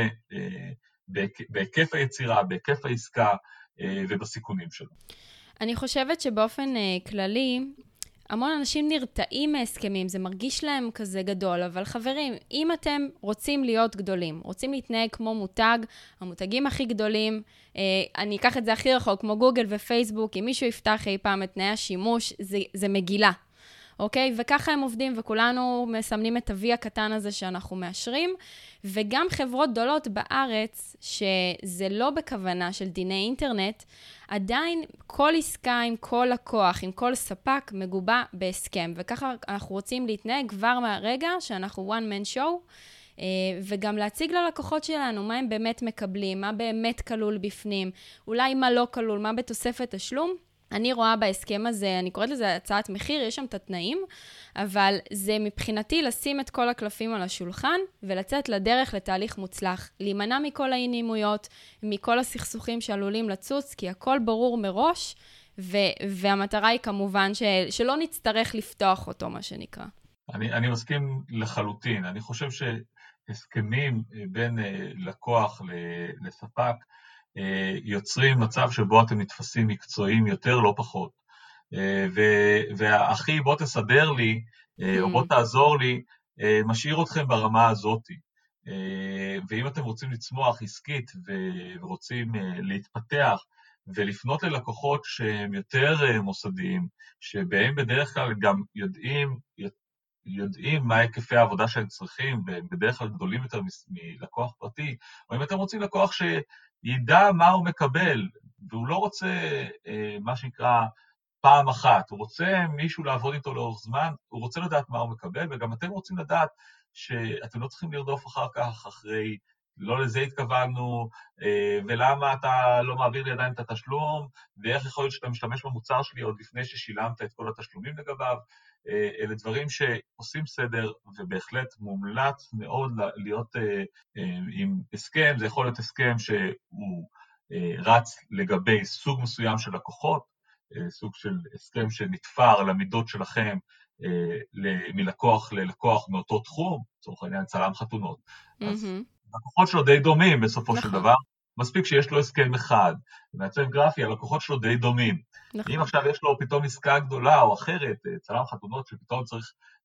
בהיקף היצירה, בהיקף העסקה ובסיכונים שלו. אני חושבת שבאופן כללי, המון אנשים נרתעים מהסכמים, זה מרגיש להם כזה גדול, אבל חברים, אם אתם רוצים להיות גדולים, רוצים להתנהג כמו מותג, המותגים הכי גדולים, אני אקח את זה הכי רחוק, כמו גוגל ופייסבוק, אם מישהו יפתח אי פעם את תנאי השימוש, זה מגילה. אוקיי? וככה הם עובדים, וכולנו מסמנים את ה-V הקטן הזה שאנחנו מאשרים, וגם חברות גדולות בארץ, שזה לא בכוונה של דיני אינטרנט, עדיין כל עסקה עם כל לקוח, עם כל ספק, מגובה בהסכם, וככה אנחנו רוצים להתנהג כבר מהרגע שאנחנו one man show, וגם להציג ללקוחות שלנו מה הם באמת מקבלים, מה באמת כלול בפנים, אולי מה לא כלול, מה בתוספת תשלום, אני רואה בהסכם הזה, אני קוראת לזה הצעת מחיר, יש שם את התנאים, אבל זה מבחינתי לשים את כל הקלפים על השולחן, ולצאת לדרך לתהליך מוצלח, להימנע מכל האי-נעימויות, מכל הסכסוכים שעלולים לצוץ, כי הכל ברור מראש, והמטרה היא כמובן שלא נצטרך לפתוח אותו, מה שנקרא. אני מסכים לחלוטין, אני חושב שהסכמים בין לקוח לספק, יוצרים מצב שבו אתם נתפסים מקצועיים יותר, לא פחות. והאחי, בוא תסדר לי, או בוא תעזור לי, משאיר אתכם ברמה הזאת. ואם אתם רוצים לצמוח עסקית ורוצים להתפתח, ולפנות ללקוחות שהם יותר מוסדיים, שבהם בדרך כלל גם יודעים מה היקפי העבודה שהם צריכים, והם בדרך כלל גדולים יותר מלקוח פרטי, או אם אתם רוצים לקוח ידע מה הוא מקבל, והוא לא רוצה מה שנקרא פעם אחת, הוא רוצה מישהו לעבוד איתו לאורך זמן, הוא רוצה לדעת מה הוא מקבל, וגם אתם רוצים לדעת שאתם לא צריכים לרדוף אחר כך, אחרי לא לזה התכוונו, ולמה אתה לא מעביר לי עדיין את התשלום, ואיך יכול להיות שאתה משתמש במוצר שלי עוד לפני ששילמת את כל התשלומים לגביו, אלה דברים שעושים סדר, ובהחלט מומלץ מאוד להיות עם הסכם, זה יכול להיות הסכם שהוא רץ לגבי סוג מסוים של לקוחות, סוג של הסכם שנתפר למידות שלכם מלקוח ללקוח מאותו תחום, לצורך העניין צלם חתונות. אז לקוחות שלו די דומים בסופו של דבר, מספיק שיש לו הסכם אחד, מעצב גרפי, הלקוחות שלו די דומים. אם עכשיו יש לו פתאום עסקה גדולה או אחרת, צלם חתונות שפתאום צריך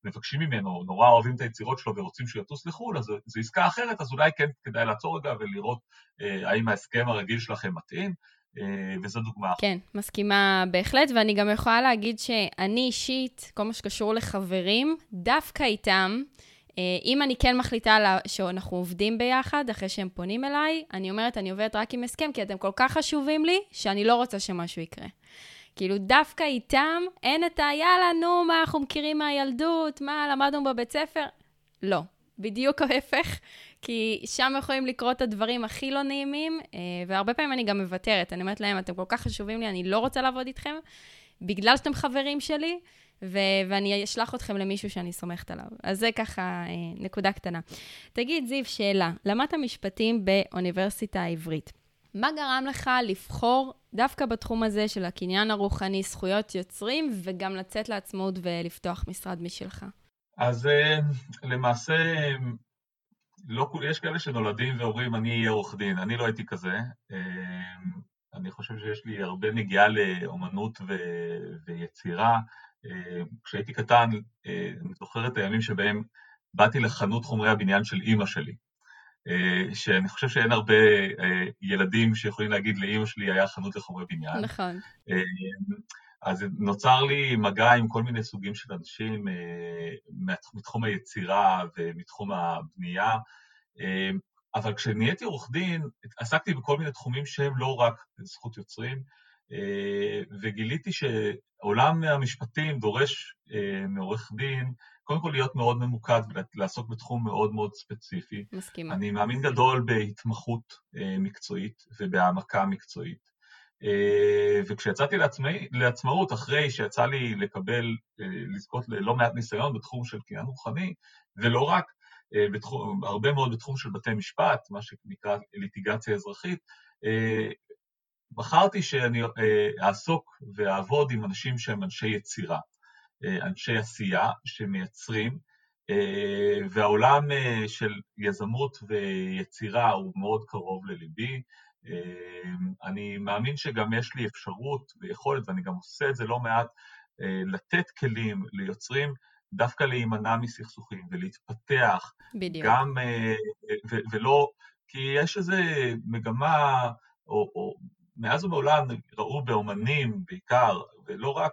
מבקשים ממנו, נורא אוהבים את היצירות שלו ורוצים שהוא יטוס לחו"ל, אז זו עסקה אחרת, אז אולי כן כדאי לעצור רגע ולראות האם ההסכם הרגיל שלכם מתאים, וזו דוגמה. כן, מסכימה בהחלט, ואני גם יכולה להגיד שאני אישית, כל מה שקשור לחברים, דווקא איתם, אם אני כן מחליטה שאנחנו עובדים ביחד, אחרי שהם פונים אליי, אני אומרת, אני עובדת רק עם הסכם, כי אתם כל כך חשובים לי, שאני לא רוצה שמשהו יקרה. כאילו דווקא איתם, אין את יאללה, נו, מה אנחנו מכירים מהילדות, מה למדנו בבית ספר? לא, בדיוק ההפך, כי שם יכולים לקרוא את הדברים הכי לא נעימים, והרבה פעמים אני גם מוותרת, אני אומרת להם, אתם כל כך חשובים לי, אני לא רוצה לעבוד איתכם, בגלל שאתם חברים שלי, ואני אשלח אתכם למישהו שאני סומכת עליו. אז זה ככה נקודה קטנה. תגיד, זיו, שאלה, למדת משפטים באוניברסיטה העברית. מה גרם לך לבחור דווקא בתחום הזה של הקניין הרוחני, זכויות יוצרים, וגם לצאת לעצמאות ולפתוח משרד משלך? אז למעשה, יש כאלה שנולדים ואומרים, אני אהיה עורך דין, אני לא הייתי כזה. אני חושב שיש לי הרבה נגיעה לאומנות ויצירה. כשהייתי קטן, אני זוכר את הימים שבהם באתי לחנות חומרי הבניין של אמא שלי, שאני חושב שאין הרבה ילדים שיכולים להגיד לאמא שלי היה חנות לחומרי בניין. נכון. אז נוצר לי מגע עם כל מיני סוגים של אנשים מתחום היצירה ומתחום הבנייה, אבל כשנהייתי עורך דין, עסקתי בכל מיני תחומים שהם לא רק זכות יוצרים, וגיליתי שעולם המשפטים דורש מעורך דין, קודם כל להיות מאוד ממוקד ולעסוק בתחום מאוד מאוד ספציפי. מסכימה. אני מאמין גדול בהתמחות מקצועית ובהעמקה מקצועית. וכשיצאתי לעצמאות, אחרי שיצא לי לזכות ללא מעט ניסיון בתחום של קניין רוחני, ולא רק, הרבה מאוד בתחום של בתי משפט, מה שנקרא ליטיגציה אזרחית, בחרתי שאני אעסוק ואעבוד עם אנשים שהם אנשי יצירה, אנשי עשייה שמייצרים, והעולם של יזמות ויצירה הוא מאוד קרוב לליבי. אני מאמין שגם יש לי אפשרות ויכולת, ואני גם עושה את זה לא מעט, לתת כלים ליוצרים, דווקא להימנע מסכסוכים ולהתפתח. בדיוק. גם, ולא, כי יש איזו מגמה, או מאז ומעולם ראו באומנים בעיקר, ולא רק,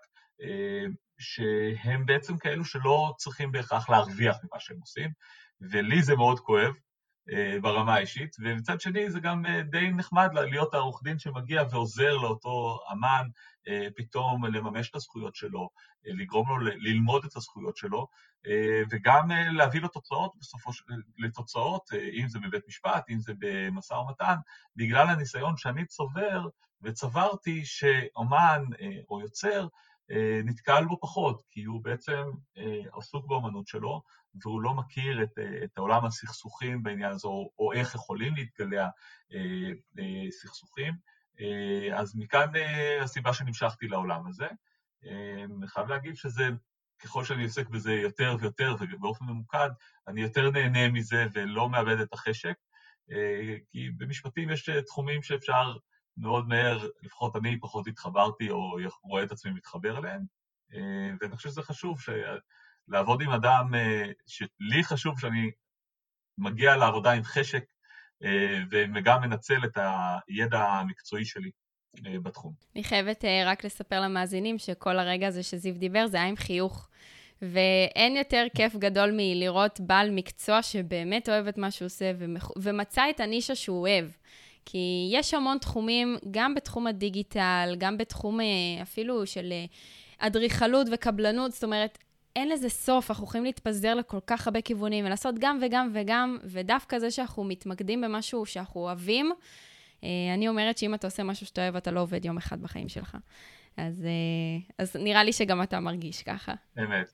שהם בעצם כאלו שלא צריכים בהכרח להרוויח ממה שהם עושים, ולי זה מאוד כואב ברמה האישית, ומצד שני זה גם די נחמד להיות העורך דין שמגיע ועוזר לאותו אמן פתאום לממש את הזכויות שלו, לגרום לו ללמוד את הזכויות שלו, וגם להביא לו לתוצאות, אם זה בבית משפט, אם זה במשא ומתן, בגלל הניסיון שאני צובר וצברתי שאומן או יוצר נתקל בו פחות, כי הוא בעצם עסוק באמנות שלו, והוא לא מכיר את העולם הסכסוכים בעניין הזה, או איך יכולים להתגלע סכסוכים. אז מכאן הסיבה שנמשכתי לעולם הזה. אני חייב להגיד שזה, ככל שאני עוסק בזה יותר ויותר, ובאופן ממוקד, אני יותר נהנה מזה ולא מאבד את החשק, כי במשפטים יש תחומים שאפשר מאוד מהר, לפחות אני פחות התחברתי, או רואה את עצמי מתחבר אליהם, ואני חושב שזה חשוב לעבוד עם אדם, שלי חשוב שאני מגיע לעבודה עם חשק, וגם מנצל את הידע המקצועי שלי בתחום. אני חייבת רק לספר למאזינים שכל הרגע הזה שזיו דיבר, זה היה עם חיוך. ואין יותר כיף גדול מלראות בעל מקצוע שבאמת אוהב את מה שהוא עושה, ומצא את הנישה שהוא אוהב. כי יש המון תחומים, גם בתחום הדיגיטל, גם בתחום אפילו של אדריכלות וקבלנות, זאת אומרת, אין לזה סוף, אנחנו יכולים להתפזר לכל כך הרבה כיוונים, ולעשות גם וגם וגם, ודווקא זה שאנחנו מתמקדים במשהו שאנחנו אוהבים, אני אומרת שאם אתה עושה משהו שאתה אוהב, אתה לא עובד יום אחד בחיים שלך. אז נראה לי שגם אתה מרגיש ככה. אמת.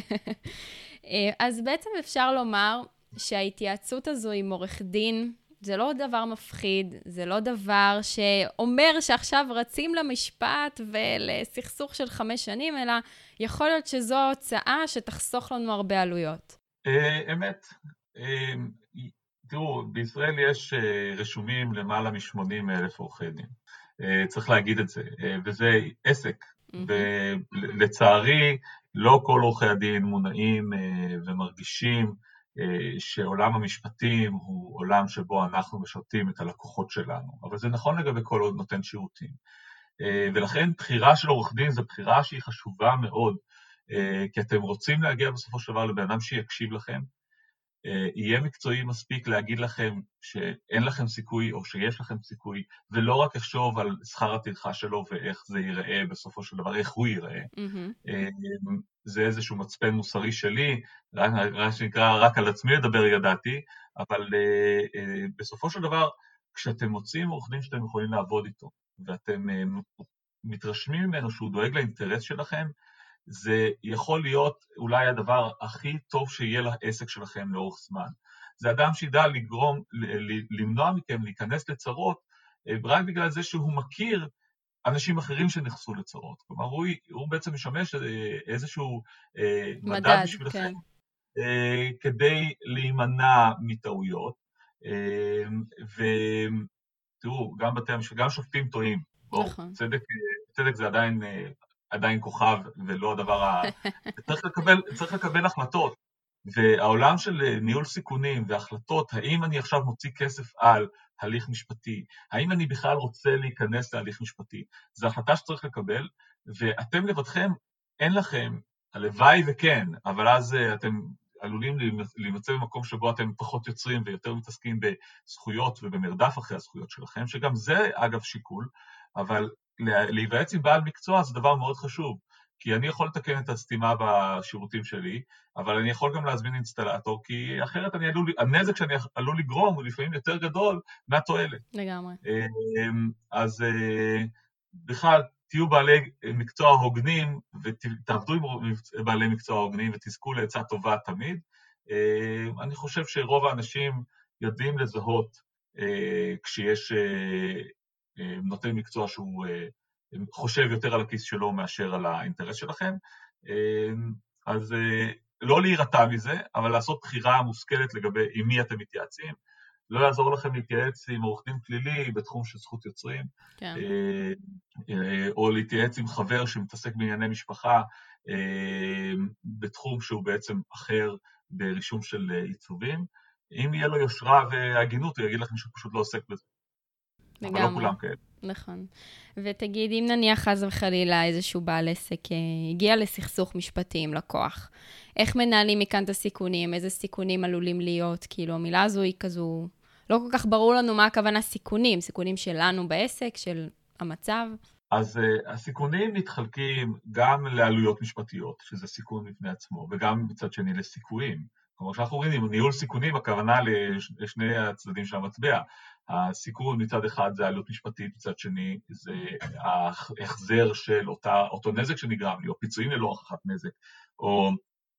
אז בעצם אפשר לומר שההתייעצות הזו עם עורך דין, זה לא דבר מפחיד, זה לא דבר שאומר שעכשיו רצים למשפט ולסכסוך של 5 שנים, אלא יכול להיות שזו ההוצאה שתחסוך לנו הרבה עלויות. אמת. תראו, בישראל יש רשומים למעלה מ-80,000 עורכי דין. צריך להגיד את זה, וזה עסק. ולצערי, לא כל עורכי הדין מונעים ומרגישים שעולם המשפטים הוא עולם שבו אנחנו משרתים את הלקוחות שלנו, אבל זה נכון לגבי כל עוד נותן שירותים. ולכן בחירה של עורך דין זו בחירה שהיא חשובה מאוד, כי אתם רוצים להגיע בסופו של דבר לבן אדם שיקשיב לכם, יהיה מקצועי מספיק להגיד לכם שאין לכם סיכוי או שיש לכם סיכוי, ולא רק לחשוב על שכר הטרחה שלו ואיך זה ייראה בסופו של דבר, איך הוא ייראה. זה איזשהו מצפן מוסרי שלי, רק שנקרא רק על עצמי לדבר ידעתי, אבל בסופו של דבר, כשאתם מוצאים עורך דין שאתם יכולים לעבוד איתו, ואתם מתרשמים ממנו שהוא דואג לאינטרס שלכם, זה יכול להיות אולי הדבר הכי טוב שיהיה לעסק שלכם לאורך זמן. זה אדם שידע למנוע מכם להיכנס לצרות, רק בגלל זה שהוא מכיר אנשים אחרים שנכנסו לצרות. כלומר, הוא בעצם משמש איזשהו מדד בשבילכם, כדי להימנע מטעויות, ותראו, גם שופטים טועים. נכון. צדק זה עדיין כוכב ולא הדבר צריך לקבל החלטות, והעולם של ניהול סיכונים והחלטות, האם אני עכשיו מוציא כסף על הליך משפטי, האם אני בכלל רוצה להיכנס להליך משפטי, זו החלטה שצריך לקבל, ואתם לבדכם אין לכם, הלוואי וכן, אבל אז אתם עלולים להימצא במקום שבו אתם פחות יוצרים ויותר מתעסקים בזכויות ובמרדף אחרי הזכויות שלכם, שגם זה אגב שיקול, אבל להיוועץ עם בעל מקצוע זה דבר מאוד חשוב, כי אני יכול לתקן את הסתימה בשירותים שלי, אבל אני יכול גם להזמין אינסטלטור, כי אחרת הנזק שאני עלול לגרום הוא לפעמים יותר גדול מהתועלת. לגמרי. אז בכלל, תהיו בעלי מקצוע הוגנים, ותעבדו עם בעלי מקצוע הוגנים, ותזכו לעצה טובה תמיד. אני חושב שרוב האנשים יודעים לזהות כשיש נותן מקצוע שהוא חושב יותר על הכיס שלו מאשר על האינטרס שלכם. אז לא להירתע מזה, אבל לעשות בחירה מושכלת לגבי עם מי אתם מתייעצים. לא יעזור לכם להתייעץ עם עורך דין פלילי בתחום של זכות יוצרים, כן. או להתייעץ עם חבר שמתעסק בענייני משפחה, בתחום שהוא בעצם אחר ברישום של עיצובים. אם יהיה לו יושרה והגינות, הוא יגיד לכם שהוא פשוט לא עוסק בזה. אבל לא כולם כאלה. נכון. ותגיד, אם נניח חס וחלילה איזשהו בעל עסק הגיע לסכסוך משפטי עם לקוח, איך מנהלים מכאן את הסיכונים? איזה סיכונים עלולים להיות? כאילו, המילה הזו היא כזו, לא כל כך ברור לנו מה הכוונה סיכונים, סיכונים שלנו בעסק, של המצב. אז הסיכונים מתחלקים גם לעלויות משפטיות, שזה סיכון בפני עצמו, וגם מצד שני לסיכויים. כלומר, כשאנחנו אומרים, ניהול סיכונים, הכוונה לשני הצדדים של המטבע. הסיכון מצד אחד זה עלות משפטית, מצד שני זה ההחזר של אותו נזק שנגרם לי, או פיצויים ללא הוכחת נזק, או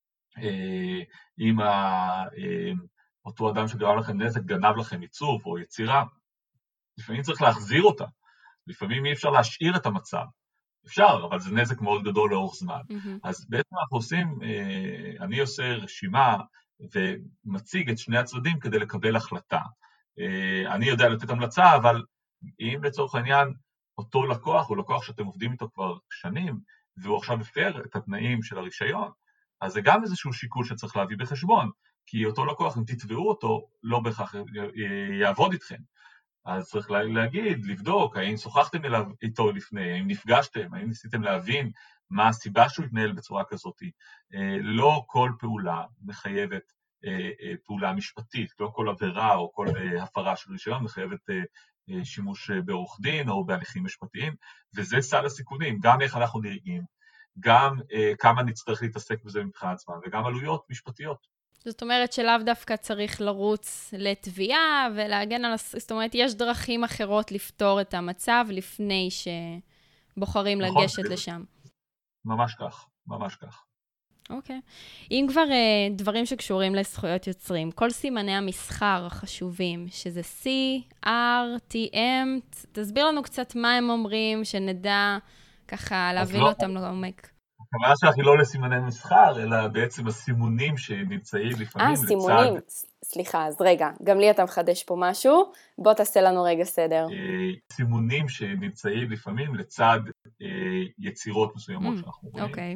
אם אותו אדם שגרם לכם נזק גנב לכם עיצוב או יצירה, לפעמים צריך להחזיר אותה, לפעמים אי אפשר להשאיר את המצב, אפשר, אבל זה נזק מאוד גדול לאורך זמן. אז בעצם אנחנו עושים, אני עושה רשימה ומציג את שני הצדדים כדי לקבל החלטה. אני יודע לתת המלצה, אבל אם לצורך העניין אותו לקוח הוא לקוח שאתם עובדים איתו כבר שנים, והוא עכשיו מפר את התנאים של הרישיון, אז זה גם איזשהו שיקול שצריך להביא בחשבון, כי אותו לקוח, אם תתבעו אותו, לא בהכרח יעבוד איתכם. אז צריך להגיד, לבדוק, האם שוחחתם איתו לפני, האם נפגשתם, האם ניסיתם להבין מה הסיבה שהוא יתנהל בצורה כזאת. לא כל פעולה מחייבת פעולה משפטית, לא כל עבירה או כל הפרה של רישיון מחייבת שימוש בעורך דין או בהליכים משפטיים, וזה סל הסיכונים, גם איך אנחנו נראים, גם כמה נצטרך להתעסק בזה מבחינת זמן, וגם עלויות משפטיות. זאת אומרת שלאו דווקא צריך לרוץ לתביעה ולהגן על, זאת אומרת, יש דרכים אחרות לפתור את המצב לפני שבוחרים לגשת לשם. ממש כך, ממש כך. אוקיי. אם כבר דברים שקשורים לזכויות יוצרים, כל סימני המסחר החשובים, שזה C, R, T, M, תסביר לנו קצת מה הם אומרים, שנדע ככה להבין אותם לעומק. הכוונה שאנחנו לא לסימני מסחר, אלא בעצם הסימונים שנמצאים לפעמים לצד... סימונים, סליחה, אז רגע, גם לי אתה מחדש פה משהו, בוא תעשה לנו רגע סדר. סימונים שנמצאים לפעמים לצד יצירות מסוימות שאנחנו רואים. אוקיי.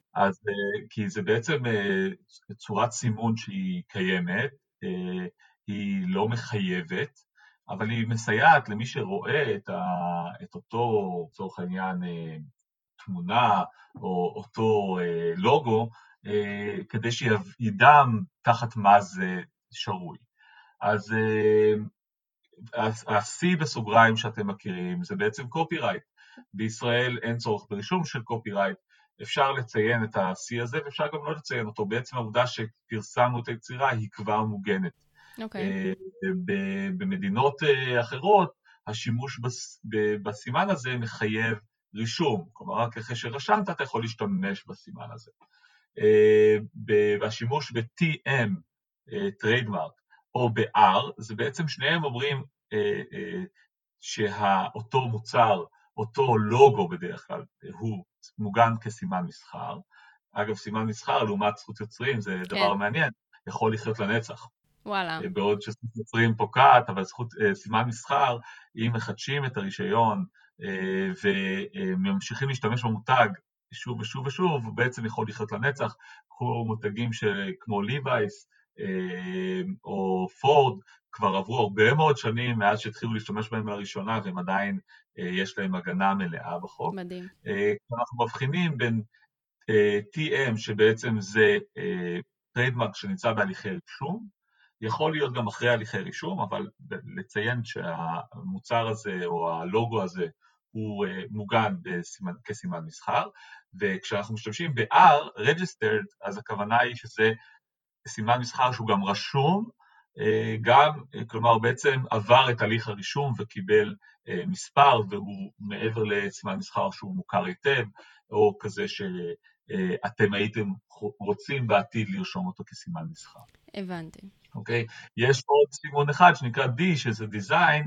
אז כי זה בעצם צורת סימון שהיא קיימת, היא לא מחייבת, אבל היא מסייעת למי שרואה את אותו, לצורך העניין, תמונה או אותו לוגו, כדי שידע תחת מה זה שרוי. אז ה-C בסוגריים שאתם מכירים זה בעצם קופירייט. בישראל אין צורך ברישום של קופירייט, אפשר לציין את ה-C הזה ואפשר גם לא לציין אותו, בעצם העובדה שפרסמנו את היצירה היא כבר מוגנת. במדינות אחרות השימוש בסימן הזה מחייב רישום, כלומר רק אחרי שרשמת אתה יכול להשתמש בסימן הזה. והשימוש ב-TM, טריידמרק, או ב-R, זה בעצם שניהם אומרים שאותו מוצר, אותו לוגו בדרך כלל, הוא מוגן כסימן מסחר. אגב, סימן מסחר לעומת זכות יוצרים זה דבר מעניין, יכול לחיות לנצח. וואלה. בעוד שזכות יוצרים פוקעת, אבל סימן מסחר, אם מחדשים את הרישיון וממשיכים להשתמש במותג שוב ושוב ושוב, הוא בעצם יכול לחיות לנצח, כמו מותגים כמו ליווייס או פורד, כבר עברו הרבה מאוד שנים מאז שהתחילו להשתמש בהם לראשונה, והם עדיין יש להם הגנה מלאה בחוק. מדהים. אנחנו מבחינים בין TM, שבעצם זה טריידמרק שנמצא בהליכי רישום, יכול להיות גם אחרי הליכי רישום, אבל לציין שהמוצר הזה או הלוגו הזה הוא מוגן כסימן מסחר, וכשאנחנו משתמשים ב-R, registered, אז הכוונה היא שזה סימן מסחר שהוא גם רשום, כלומר בעצם עבר את הליך הרישום וקיבל מספר, והוא מעבר לסימן מסחר שהוא מוכר היטב, או כזה שאתם הייתם רוצים בעתיד לרשום אותו כסימן מסחר. הבנתי. אוקיי? יש עוד סימון אחד שנקרא D, שזה דיזיין,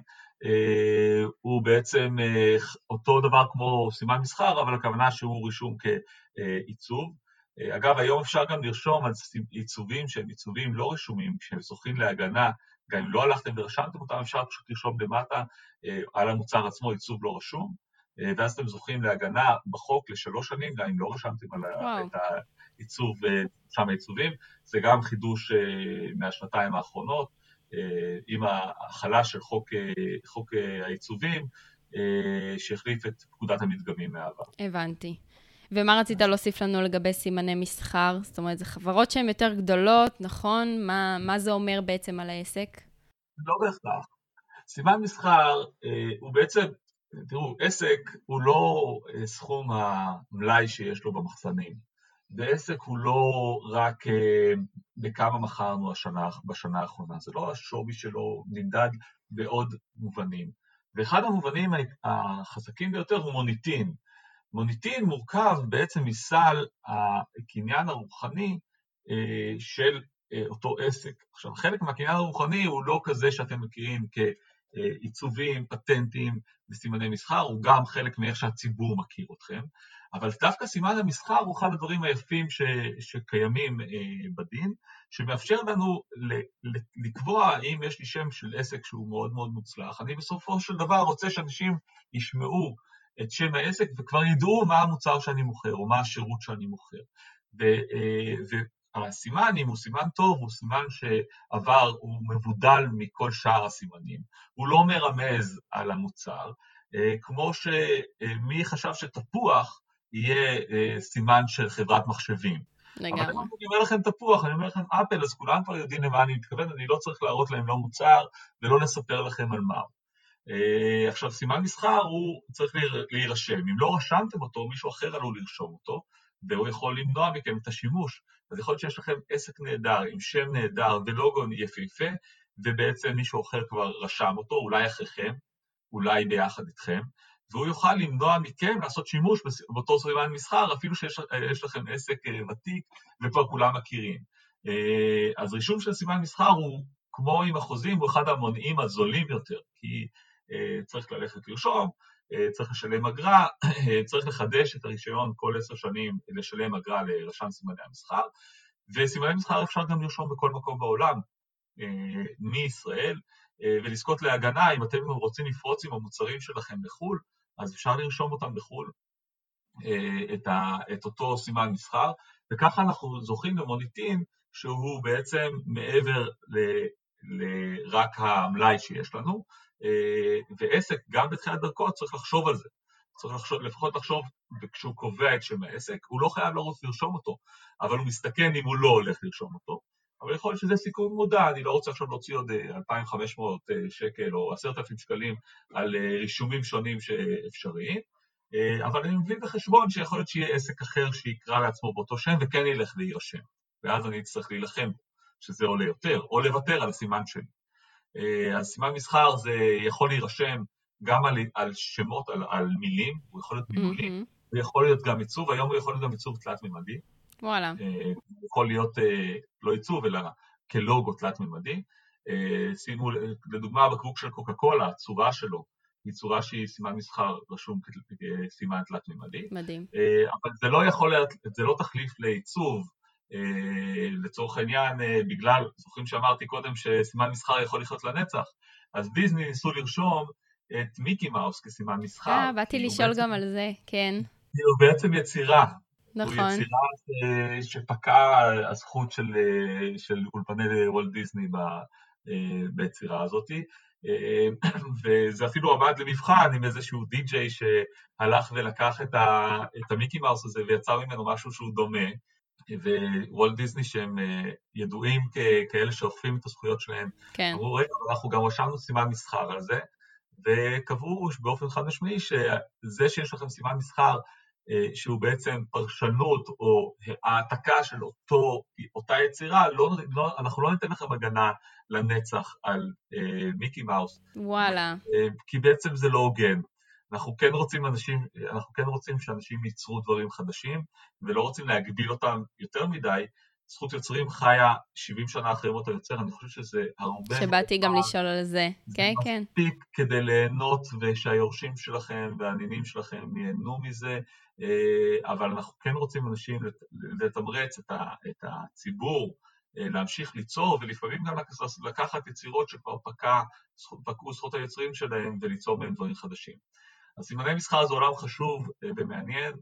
הוא בעצם אותו דבר כמו סימן מסחר, אבל הכוונה שהוא רישום כעיצוב. אגב, היום אפשר גם לרשום על עיצובים שהם עיצובים לא רשומים, כשהם זוכים להגנה, גם אם לא הלכתם ורשמתם אותם, אפשר פשוט לרשום למטה על המוצר עצמו עיצוב לא רשום, ואז אתם זוכים להגנה בחוק ל3 שנים, גם אם לא רשמתם על את העיצוב שם העיצובים. זה גם חידוש מהשנתיים האחרונות, עם ההחלה של חוק העיצובים, שהחליף את פקודת המדגמים מהעבר. הבנתי. ומה רצית להוסיף לנו לגבי סימני מסחר? זאת אומרת, זה חברות שהן יותר גדולות, נכון? מה זה אומר בעצם על העסק? לא בהכרח. סימן מסחר הוא בעצם, תראו, עסק הוא לא סכום המלאי שיש לו במחסנים. ועסק הוא לא רק בכמה מכרנו בשנה האחרונה, זה לא השווי שלו נמדד בעוד מובנים. ואחד המובנים החזקים ביותר הוא מוניטין. מוניטין מורכב בעצם מסל הקניין הרוחני של אותו עסק. עכשיו, חלק מהקניין הרוחני הוא לא כזה שאתם מכירים כעיצובים, פטנטים וסימני מסחר, הוא גם חלק מאיך שהציבור מכיר אתכם, אבל דווקא סימן המסחר הוא אחד הדברים היפים שקיימים בדין, שמאפשר לנו לקבוע אם יש לי שם של עסק שהוא מאוד מאוד מוצלח. אני בסופו של דבר רוצה שאנשים ישמעו את שם העסק וכבר ידעו מה המוצר שאני מוכר או מה השירות שאני מוכר. והסימן, אם הוא סימן טוב, הוא סימן שעבר, הוא מבודל מכל שאר הסימנים. הוא לא מרמז על המוצר, כמו שמי חשב שתפוח יהיה סימן של חברת מחשבים. לגמרי. אבל אני אומר לכם תפוח, אני אומר לכם אפל, אז כולם כבר יודעים למה אני מתכוון, אני לא צריך להראות להם לא מוצר ולא לספר לכם על מה. עכשיו, סימן מסחר הוא צריך להירשם. אם לא רשמתם אותו, מישהו אחר עלול לרשום אותו, והוא יכול למנוע מכם את השימוש. אז יכול להיות שיש לכם עסק נהדר, עם שם נהדר ולוגו יפהפה, ובעצם מישהו אחר כבר רשם אותו, אולי אחריכם, אולי ביחד איתכם, והוא יוכל למנוע מכם לעשות שימוש באותו סימן מסחר, אפילו שיש לכם עסק ותיק וכבר כולם מכירים. אז רישום של סימן מסחר הוא, כמו עם החוזים, הוא אחד המונעים הזולים יותר, כי צריך ללכת לרשום, צריך לשלם אגרה, צריך לחדש את הרישיון כל 10 שנים לשלם אגרה לרשם סימני המסחר, וסימני מסחר אפשר גם לרשום בכל מקום בעולם, מישראל, ולזכות להגנה. אם אתם רוצים לפרוץ עם המוצרים שלכם בחול, אז אפשר לרשום אותם בחול, את אותו סימן מסחר, וככה אנחנו זוכים למוניטין שהוא בעצם מעבר לרק המלאי שיש לנו, ועסק גם בתחילת דרכו צריך לחשוב על זה. צריך לפחות לחשוב, כשהוא קובע את שם העסק, הוא לא חייב לרוץ לרשום אותו, אבל הוא מסתכן אם הוא לא הולך לרשום אותו. אבל יכול להיות שזה סיכון מודע, אני לא רוצה עכשיו להוציא עוד 2,500 שקל או 10,000 שקלים על רישומים שונים שאפשריים, אבל אני מבין בחשבון שיכול להיות שיהיה עסק אחר שיקרא לעצמו באותו שם וכן ילך להירשם, ואז אני צריך להילחם שזה עולה יותר, או לוותר על הסימן שלי. אז סימן מסחר זה יכול להירשם גם על שמות, על מילים, הוא יכול להיות מילולים, הוא יכול להיות גם עיצוב, היום הוא יכול להיות גם עיצוב תלת-ממדי. וואלה. הוא יכול להיות לא עיצוב, אלא כלוגו תלת-ממדי. שימו, לדוגמה, בקבוק של קוקה קולה, הצורה שלו, היא צורה שהיא סימן מסחר רשום כסימן תלת-ממדי. מדהים. אבל זה לא יכול להיות, זה לא תחליף לעיצוב, לצורך העניין, בגלל, זוכרים שאמרתי קודם שסימן מסחר יכול לחיות לנצח, אז דיסני ניסו לרשום את מיקי מאוס כסימן מסחר. באתי לשאול גם על זה, כן. הוא בעצם יצירה. נכון. הוא יצירה שפקעה הזכות של אולפני וולט דיסני ביצירה הזאת, וזה אפילו עמד למבחן עם איזשהו די-ג'יי שהלך ולקח את המיקי מאוס הזה ויצר ממנו משהו שהוא דומה, ווולט דיסני שהם ידועים כאלה שאוכפים את הזכויות שלהם, אמרו, רגע, אנחנו גם רשמנו סימן מסחר על זה, וקבעו באופן חד משמעי שזה שיש לכם סימן מסחר, שהוא בעצם פרשנות או העתקה של אותה יצירה, אנחנו לא ניתן לכם הגנה לנצח על מיקי מאוס. וואלה. כי בעצם זה לא הוגן. אנחנו כן רוצים שאנשים ייצרו דברים חדשים, ולא רוצים להגביל אותם יותר מדי. זכות יוצרים חיה 70 שנה אחרי מות היוצר, אני חושב שזה הרבה... שבאתי גם לשאול על זה, כן, כן. זה מספיק כדי ליהנות ושהיורשים שלכם והנינים שלכם ייהנו מזה, אבל אנחנו כן רוצים אנשים לתמרץ את הציבור, להמשיך ליצור, ולפעמים גם לקחת יצירות שכבר פקעו זכות היוצרים שלהם וליצור מהם דברים חדשים. אז סימני מסחר זה עולם חשוב ומעניין,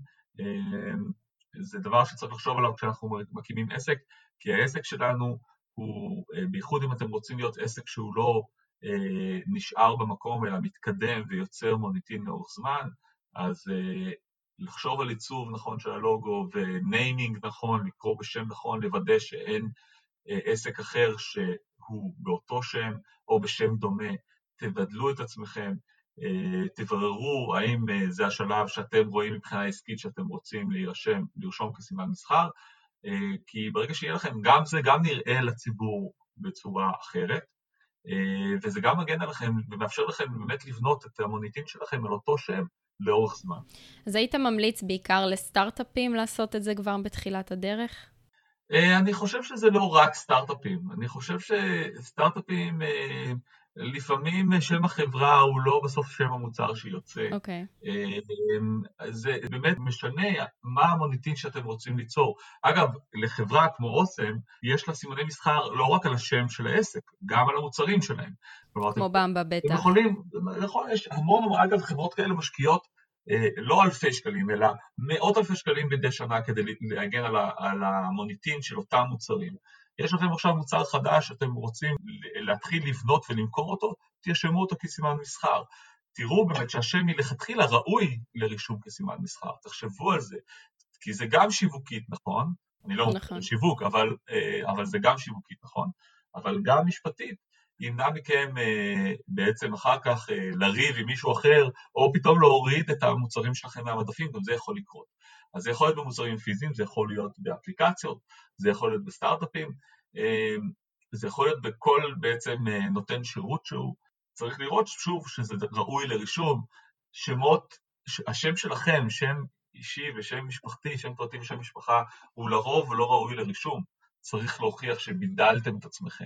זה דבר שצריך לחשוב עליו כשאנחנו מקימים עסק, כי העסק שלנו הוא, בייחוד אם אתם רוצים להיות עסק שהוא לא נשאר במקום, אלא מתקדם ויוצר מוניטין לאורך זמן, אז לחשוב על עיצוב נכון של הלוגו וניימינג נכון, לקרוא בשם נכון, לוודא שאין עסק אחר שהוא באותו שם או בשם דומה, תבדלו את עצמכם, תבררו האם זה השלב שאתם רואים מבחינה עסקית שאתם רוצים לרשום כסימן מסחר, כי ברגע שיהיה לכם גם זה גם נראה לציבור בצורה אחרת, וזה גם מגן עליכם ומאפשר לכם באמת לבנות את המוניטין שלכם על אותו שם לאורך זמן. אז היית ממליץ בעיקר לסטארט-אפים לעשות את זה כבר בתחילת הדרך? אני חושב שזה לא רק סטארט-אפים, אני חושב שסטארט-אפים לפעמים שם החברה הוא לא בסוף שם המוצר שיוצא. אוקיי. זה באמת משנה מה המוניטין שאתם רוצים ליצור. אגב, לחברה כמו אוסם, יש לה סימני מסחר לא רק על השם של העסק, גם על המוצרים שלהם. כמו במבה בטח. אתם יכולים, יש המון, אגב, חברות כאלה משקיעות לא אלפי שקלים, אלא מאות אלפי שקלים מדי שנה כדי להגן על המוניטין של אותם מוצרים. יש לכם עכשיו מוצר חדש שאתם רוצים להתחיל לבנות ולמכור אותו, תרשמו אותו כסימן מסחר. תראו באמת שהשם מלכתחילה ראוי לרישום כסימן מסחר, תחשבו על זה, כי זה גם שיווקית, נכון? אני לא נכון. שיווק, אבל זה גם שיווקית, נכון? אבל גם משפטית, ימנע מכם בעצם אחר כך לריב עם מישהו אחר, או פתאום להוריד את המוצרים שלכם מהמדפים, גם זה יכול לקרות. אז זה יכול להיות במוצרים פיזיים, זה יכול להיות באפליקציות, זה יכול להיות בסטארט-אפים, זה יכול להיות בכל בעצם נותן שירות שהוא. צריך לראות שוב שזה ראוי לרישום, שמות, השם שלכם, שם אישי ושם משפחתי, שם פרטי ושם משפחה, הוא לרוב לא ראוי לרישום. צריך להוכיח שבידלתם את עצמכם.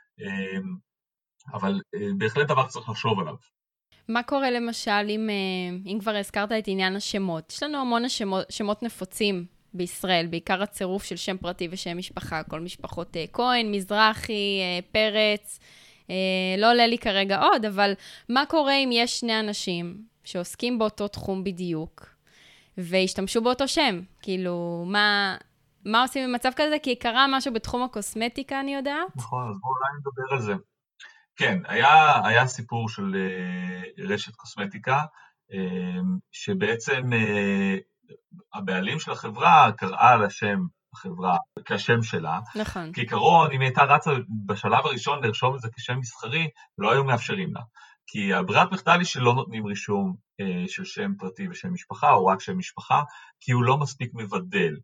אבל בהחלט דבר צריך לחשוב עליו. מה קורה למשל אם כבר הזכרת את עניין השמות? יש לנו המון שמות נפוצים בישראל, בעיקר הצירוף של שם פרטי ושם משפחה, כל משפחות כהן, מזרחי, פרץ, לא עולה לי כרגע עוד, אבל מה קורה אם יש שני אנשים שעוסקים באותו תחום בדיוק, והשתמשו באותו שם. כאילו, מה עושים במצב כזה? כי קרה משהו בתחום הקוסמטיקה, אני יודעת. נכון, אז בואו אולי נדבר על זה. כן, היה סיפור של רשת קוסמטיקה, שבעצם הבעלים של החברה קראה לשם החברה כשם שלה. נכון. כעיקרון, אם היא הייתה רצה בשלב הראשון לרשום את זה כשם מסחרי, לא היו מאפשרים לה. כי הברירת מחדל היא שלא נותנים רישום של שם פרטי ושם משפחה, או רק שם משפחה, כי הוא לא מספיק מבדל.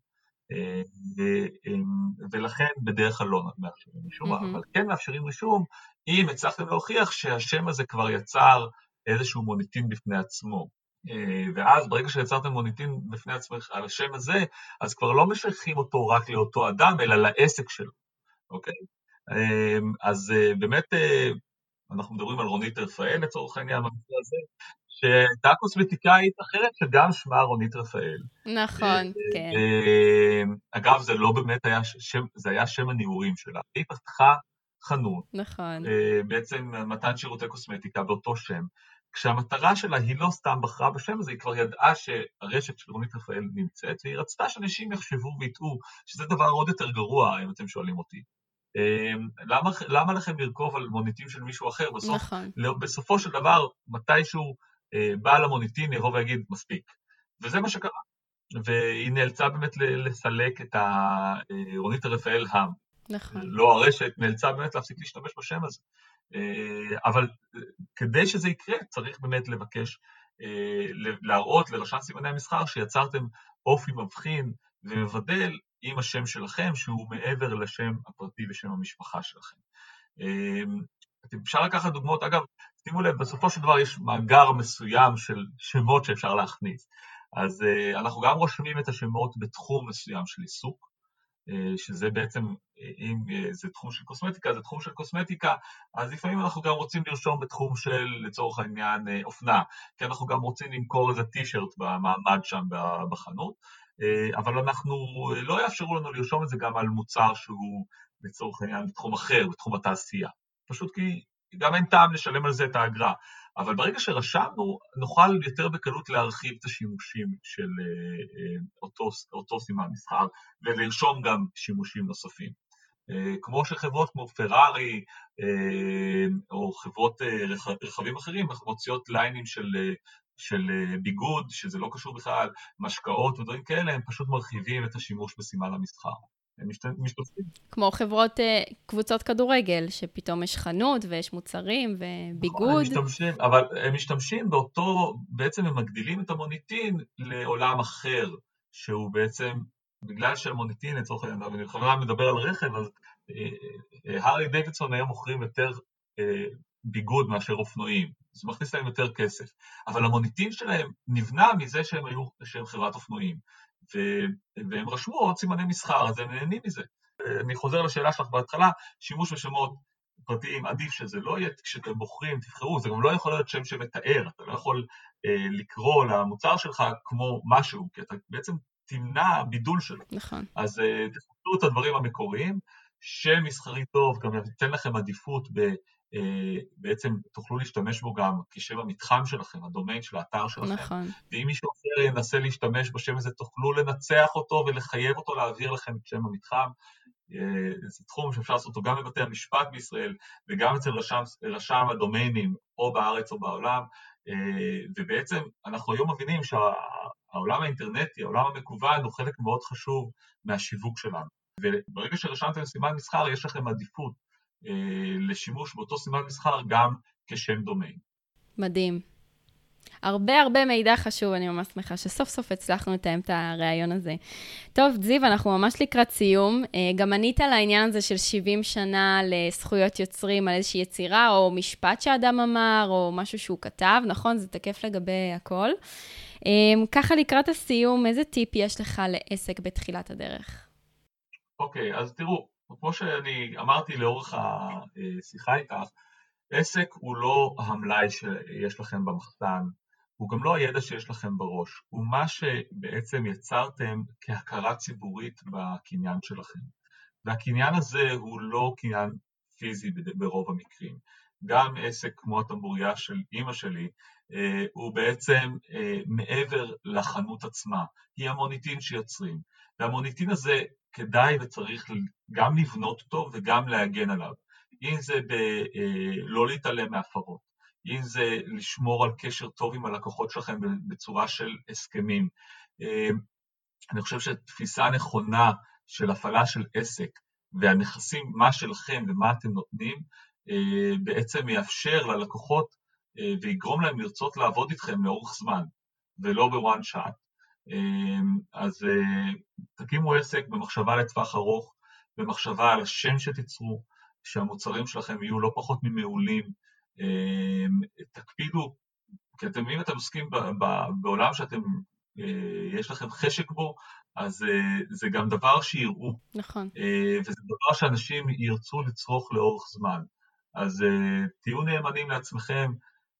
ולכן בדרך כלל לא מאפשרים רישום, אבל כן מאפשרים רישום, אם הצלחתם להוכיח שהשם הזה כבר יצר איזשהו מוניטין בפני עצמו. ואז ברגע שיצרתם מוניטין בפני עצמך על השם הזה, אז כבר לא משייכים אותו רק לאותו אדם, אלא לעסק שלו, אוקיי? אז באמת, אנחנו מדברים על רונית רפאל לצורך העניין במקרה הזה, שהייתה קוסמטיקאית אחרת שגם שמה רונית רפאל. נכון, כן. אגב, זה לא באמת היה שם, זה היה שם הניעורים שלה. היא פתחה חנות, נכון. בעצם מתן שירותי קוסמטיקה באותו שם, כשהמטרה שלה היא לא סתם בחרה בשם הזה, היא כבר ידעה שהרשת של רונית רפאל נמצאת, והיא רצתה שאנשים יחשבו ויטעו, שזה דבר עוד יותר גרוע, אם אתם שואלים אותי. למה לכם לרכוב על מוניטין של מישהו אחר? נכון. בסופו של דבר, מתישהו בעל המוניטין יבוא ויגיד מספיק. וזה מה שקרה. והיא נאלצה באמת לסלק את רונית רפאל נכון. לא הרשת, נאלצה באמת להפסיק להשתמש בשם הזה. אבל כדי שזה יקרה, צריך באמת לבקש, להראות לרשם סימני המסחר שיצרתם אופי מבחין ומבדל עם השם שלכם, שהוא מעבר לשם הפרטי ושם המשפחה שלכם. אפשר לקחת דוגמאות, אגב, שימו לב, בסופו של דבר יש מאגר מסוים של שמות שאפשר להכניס. אז אנחנו גם רושמים את השמות בתחום מסוים של עיסוק, שזה בעצם, אם זה תחום של קוסמטיקה, זה תחום של קוסמטיקה, אז לפעמים אנחנו גם רוצים לרשום בתחום של, לצורך העניין, אופנה, כי אנחנו גם רוצים למכור איזה טישרט במעמד שם בחנות, אבל אנחנו לא יאפשרו לנו לרשום את זה גם על מוצר שהוא לצורך העניין בתחום אחר, בתחום התעשייה. פשוט כי גם אין טעם לשלם על זה את האגרה. אבל ברגע שרשמנו, נוכל יותר בקלות להרחיב את השימושים של אותו סימן מסחר, ולרשום גם שימושים נוספים. כמו שחברות כמו פרארי, או חברות רכבים אחרים, מוציאות ליינים של ביגוד, שזה לא קשור בכלל, משקאות ודברים כאלה, הם פשוט מרחיבים את השימוש בסימן המסחר. הם משתתפים. כמו חברות, קבוצות כדורגל, שפתאום יש חנות ויש מוצרים וביגוד. אבל הם משתמשים באותו, בעצם הם מגדילים את המוניטין לעולם אחר, שהוא בעצם, בגלל שהמוניטין לצורך העניין, ואני בכוונה מדבר על רכב, אז הרלי דיווידסון היום מוכרים יותר ביגוד מאשר אופנועים, זה מכניס להם יותר כסף, אבל המוניטין שלהם נבנה מזה שהם חברת אופנועים, והם רשמו עוד סימני מסחר, אז הם נהנים מזה. אני חוזר לשאלה שלך בהתחלה, שימוש בשמות פרטיים, עדיף שזה לא יהיה, כשאתם בוחרים, תבחרו, זה גם לא יכול להיות שם שמתאר, אתה לא יכול לקרוא למוצר שלך כמו משהו, כי אתה בעצם תמנע בידול שלו. נכון. אז תחפשו את הדברים המקוריים, שם מסחרי טוב, גם ייתן לכם עדיפות בעצם תוכלו להשתמש בו גם כשם המתחם שלכם, הדומיין של האתר שלכם. נכון. ואם מישהו אחר ינסה להשתמש בשם הזה, תוכלו לנצח אותו ולחייב אותו להעביר לכם את שם המתחם. זה תחום שאפשר לעשות אותו גם בבתי המשפט בישראל, וגם אצל רשם הדומיינים, או בארץ או בעולם, ובעצם אנחנו היום מבינים שהעולם האינטרנטי, העולם המקוון, הוא חלק מאוד חשוב מהשיווק שלנו. וברגע שרשמתם סימן מסחר, יש לכם עדיפות לשימוש באותו סימן מסחר גם כשם דומיין. מדהים. הרבה מידע חשוב, אני ממש שמחה שסוף סוף הצלחנו לתאם את הרעיון הזה. טוב, זיו, אנחנו ממש לקראת סיום. גם ענית לעניין הזה של 70 שנה לזכויות יוצרים על איזושהי יצירה, או משפט שאדם אמר, או משהו שהוא כתב, נכון? זה תקף לגבי הכל. ככה לקראת הסיום, איזה טיפ יש לך לעסק בתחילת הדרך? אוקיי, אז תראו, כמו שאני אמרתי לאורך השיחה איתך, עסק הוא לא המלאי שיש לכם במחסן, הוא גם לא הידע שיש לכם בראש, הוא מה שבעצם יצרתם כהכרה ציבורית בקניין שלכם. והקניין הזה הוא לא קניין פיזי ברוב המקרים. גם עסק כמו הטמבוריה של אמא שלי, הוא בעצם מעבר לחנות עצמה, היא המוניטין שיוצרים, והמוניטין הזה כדאי וצריך גם לבנות אותו וגם להגן עליו, אם זה לא להתעלם מהפרות, אם זה לשמור על קשר טוב עם הלקוחות שלכם בצורה של הסכמים. אני חושב שתפיסה נכונה של הפעלה של עסק, והנכסים, מה שלכם ומה אתם נותנים, בעצם יאפשר ללקוחות ויגרום להם לרצות לעבוד איתכם לאורך זמן, ולא בוואן שעה. אז תקימו עסק במחשבה לטווח ארוך, במחשבה על השם שתיצרו, שהמוצרים שלכם יהיו לא פחות ממעולים, תקפידו, כי אם אתם עוסקים בעולם שאתם, יש לכם חשק בו, אז זה גם דבר שיראו. נכון. וזה דבר שאנשים ירצו לצרוך לאורך זמן. אז תהיו נאמנים לעצמכם,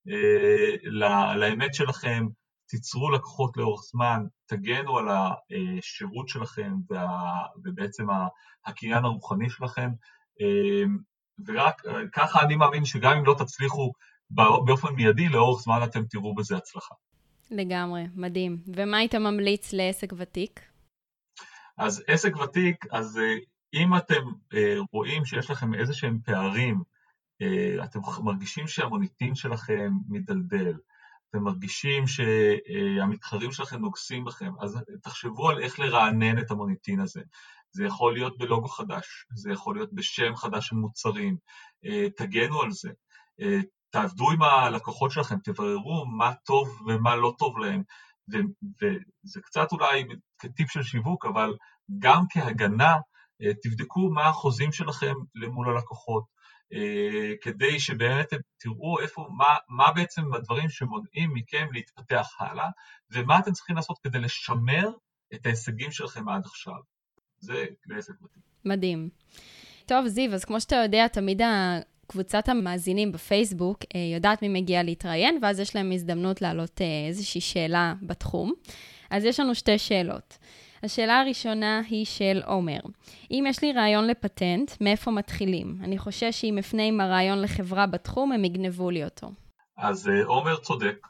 לאמת שלכם, תיצרו לקוחות לאורך זמן, תגנו על השירות שלכם ובעצם הקניין הרוחני שלכם, ורק ככה אני מאמין שגם אם לא תצליחו באופן מיידי, לאורך זמן אתם תראו בזה הצלחה. לגמרי, מדהים. ומה היית ממליץ לעסק ותיק? אז עסק ותיק, אז אם אתם רואים שיש לכם איזה שהם פערים, אתם מרגישים שהמוניטין שלכם מדלדל, אתם מרגישים שהמתחרים שלכם נוגסים בכם, אז תחשבו על איך לרענן את המוניטין הזה. זה יכול להיות בלוגו חדש, זה יכול להיות בשם חדש של מוצרים, תגנו על זה, תעבדו עם הלקוחות שלכם, תבררו מה טוב ומה לא טוב להם, וזה קצת אולי כטיפ של שיווק, אבל גם כהגנה, תבדקו מה החוזים שלכם למול הלקוחות, כדי שבאמת תראו מה בעצם הדברים שמונעים מכם להתפתח הלאה, ומה אתם צריכים לעשות כדי לשמר את ההישגים שלכם עד עכשיו. זה לעסק ותיק. מדהים. טוב, זיו, אז כמו שאתה יודע, תמיד קבוצת המאזינים בפייסבוק יודעת מי מגיע להתראיין, ואז יש להם הזדמנות להעלות איזושהי שאלה בתחום. אז יש לנו 2 שאלות. השאלה הראשונה היא של עומר. אם יש לי רעיון לפטנט, מאיפה מתחילים? אני חושש שאם אפנה עם הרעיון לחברה בתחום, הם יגנבו לי אותו. אז עומר צודק.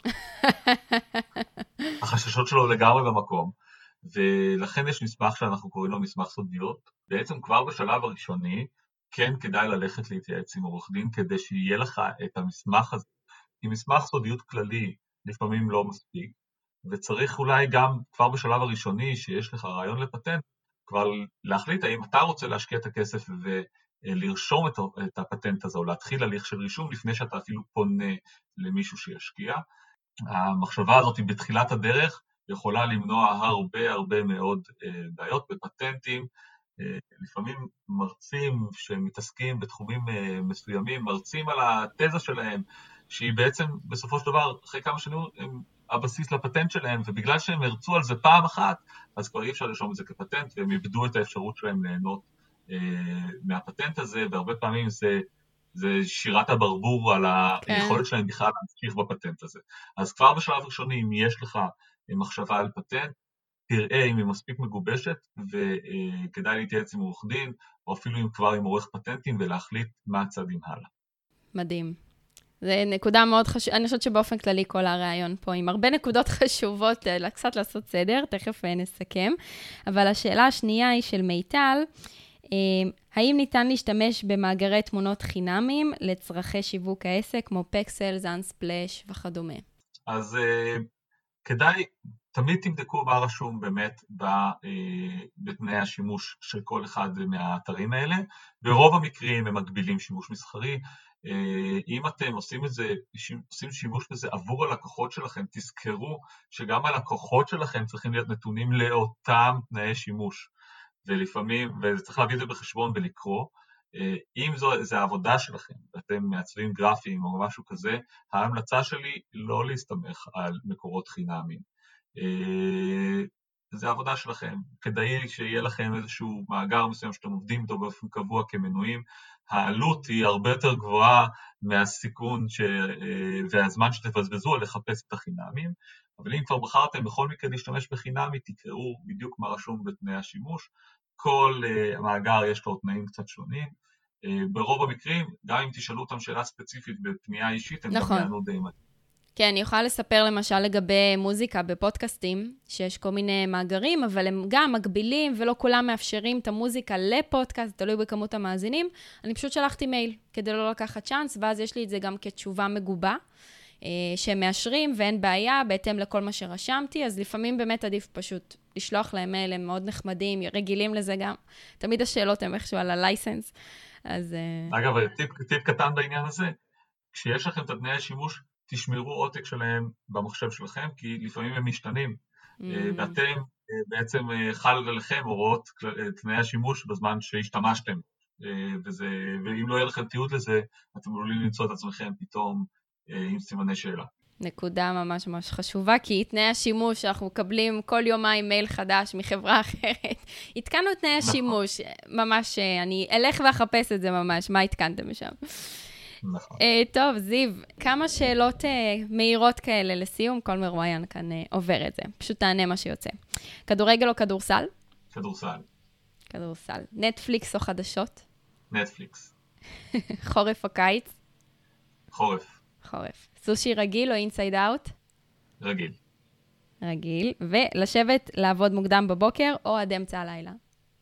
החששות שלו לגמרי במקום, ולכן יש מסמך שאנחנו קוראים לו מסמך סודיות. בעצם כבר בשלב הראשוני, כן כדאי ללכת להתייעץ עם עורך דין, כדי שיהיה לך את המסמך הזה. כי מסמך סודיות כללי לפעמים לא מספיק, וצריך אולי גם כבר בשלב הראשוני שיש לך רעיון לפטנט, כבר להחליט האם אתה רוצה להשקיע את הכסף ולרשום את הפטנט הזה, או להתחיל הליך של רישום לפני שאתה אפילו פונה למישהו שישקיע. המחשבה הזאת היא בתחילת הדרך, יכולה למנוע הרבה מאוד בעיות בפטנטים. לפעמים מרצים שמתעסקים בתחומים מסוימים, מרצים על התזה שלהם, שהיא בעצם בסופו של דבר, אחרי כמה שנים, הם הבסיס לפטנט שלהם, ובגלל שהם הרצו על זה פעם אחת, אז כבר אי אפשר לרשום את זה כפטנט, והם איבדו את האפשרות שלהם ליהנות מהפטנט הזה, והרבה פעמים זה שירת הברבור על היכולת שלהם בכלל להמשיך בפטנט הזה. אז כבר בשלב ראשוני, אם יש לך מחשבה על פטנט, תראה אם היא מספיק מגובשת, וכדאי להתייעץ עם עורך דין, או אפילו אם כבר עם עורך פטנטים, ולהחליט מה הצעדים הלאה. מדהים. זה נקודה מאוד חשובה, אני חושבת שבאופן כללי כל הרעיון פה, עם הרבה נקודות חשובות, קצת לעשות סדר, תכף נסכם. אבל השאלה השנייה היא של מיטל, האם ניתן להשתמש במאגרי תמונות חינמיים לצרכי שיווק העסק, כמו פקסל, זאנספלש וכדומה? אז כדאי, תמיד תבדקו מה רשום באמת בתנאי השימוש של כל אחד מהאתרים האלה. ברוב המקרים הם מגבילים שימוש מסחרי. אם אתם עושים שימוש בזה עבור הלקוחות שלכם, תזכרו שגם הלקוחות שלכם צריכים להיות נתונים לאותם תנאי שימוש. ולפעמים, וצריך להביא את זה בחשבון ולקרוא, אם זה העבודה שלכם, ואתם מעצבים גרפיים או משהו כזה, ההמלצה שלי לא להסתמך על מקורות חינמיים. זה העבודה שלכם, כדאי שיהיה לכם איזשהו מאגר מסוים שאתם עובדים איתו באופן קבוע כמנויים, העלות היא הרבה יותר גבוהה מהסיכון והזמן שתבזבזו על לחפש את החינמים, אבל אם כבר בחרתם בכל מקרה להשתמש בחינמי, תקראו בדיוק מה רשום בתנאי השימוש, כל המאגר יש לו תנאים קצת שונים, ברוב המקרים, גם אם תשאלו אותם שאלה ספציפית בפנייה אישית, הם נכון. גם יענו די מדהים. כן, אני יכולה לספר למשל לגבי מוזיקה בפודקאסטים, שיש כל מיני מאגרים, אבל הם גם מגבילים, ולא כולם מאפשרים את המוזיקה לפודקאסט, תלוי בכמות המאזינים. אני פשוט שלחתי מייל כדי לא לקחת צ'אנס, ואז יש לי את זה גם כתשובה מגובה, שהם מאשרים ואין בעיה, בהתאם לכל מה שרשמתי, אז לפעמים באמת עדיף פשוט לשלוח להם מייל, הם מאוד נחמדים, רגילים לזה גם. תמיד השאלות הן איכשהו על הלייסנס, אז... אגב, טיפ קטן בעניין הזה, כשיש לכם את תנאי השימוש, תשמרו עותק שלהם במחשב שלכם, כי לפעמים הם משתנים, ואתם בעצם חל עליכם הוראות תנאי השימוש בזמן שהשתמשתם, ואם לא יהיה לכם תיעוד לזה, אתם עלולים למצוא את עצמכם פתאום עם סימני שאלה. נקודה ממש ממש חשובה, כי תנאי השימוש, אנחנו מקבלים כל יומיים מייל חדש מחברה אחרת. התקנו את תנאי השימוש, ממש, אני אלך ואחפש את זה ממש, מה התקנתם משם? נכון. טוב, זיו, כמה שאלות מהירות כאלה לסיום, כל מרואיין כאן עובר את זה. פשוט תענה מה שיוצא. כדורגל או כדורסל? כדורסל. כדורסל. נטפליקס או חדשות? נטפליקס. חורף או קיץ? חורף. חורף. סושי רגיל או אינסייד אאוט? רגיל. רגיל. ולשבת לעבוד מוקדם בבוקר או עד אמצע הלילה?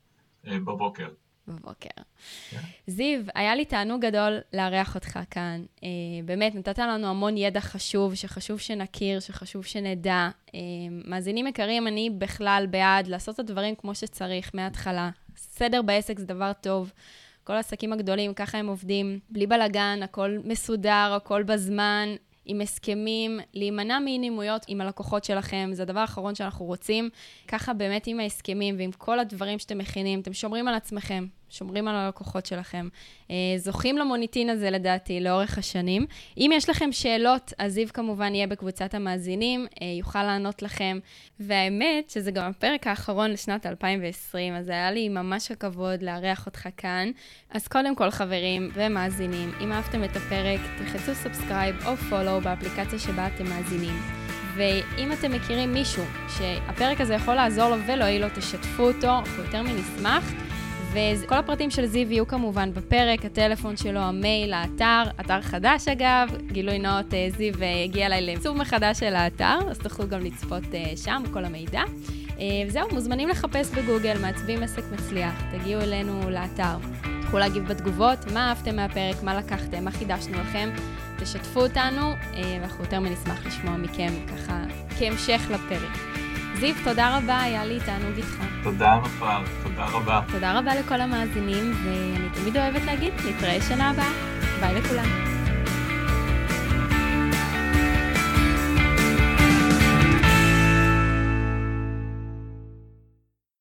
בבוקר. בבוקר. זיו, היה לי תענוג גדול לארח אותך כאן. באמת, נתת לנו המון ידע חשוב, שחשוב שנכיר, שחשוב שנדע. מאזינים יקרים, אני בכלל בעד לעשות את הדברים כמו שצריך מההתחלה. סדר בעסק זה דבר טוב. כל העסקים הגדולים, ככה הם עובדים, בלי בלגן, הכל מסודר, הכל בזמן, עם הסכמים, להימנע מינימויות עם הלקוחות שלכם, זה הדבר האחרון שאנחנו רוצים. ככה באמת עם ההסכמים ועם כל הדברים שאתם מכינים, אתם שומרים על עצמכם, שומרים על הלקוחות שלכם. זוכים למוניטין הזה לדעתי לאורך השנים. אם יש לכם שאלות, אז זיו כמובן יהיה בקבוצת המאזינים, יוכל לענות לכם. והאמת שזה גם הפרק האחרון לשנת 2020, אז היה לי ממש הכבוד לארח אותך כאן. אז קודם כל חברים ומאזינים, אם אהבתם את הפרק, תלחצו סאבסקרייב או פולו באפליקציה שבה אתם מאזינים. ואם אתם מכירים מישהו שהפרק הזה יכול לעזור לו ולא לו, תשתפו אותו, אנחנו יותר מנשמח. וכל הפרטים של זיו יהיו כמובן בפרק, הטלפון שלו, המייל, האתר, אתר חדש אגב, גילוי נאות זיו הגיע אליי לעיצוב מחדש של האתר, אז תוכלו גם לצפות שם כל המידע. וזהו, מוזמנים לחפש בגוגל, מעצבים עסק מצליח, תגיעו אלינו לאתר, תוכלו להגיב בתגובות, מה אהבתם מהפרק, מה לקחתם, מה חידשנו לכם, תשתפו אותנו, ואנחנו יותר מנשמח לשמוע מכם ככה כהמשך לפרק. זיו, תודה רבה, היה לי תענוג איתך. תודה נופר, תודה רבה. תודה רבה לכל המאזינים, ואני תמיד אוהבת להגיד, נתראה שנה הבאה. ביי לכולם.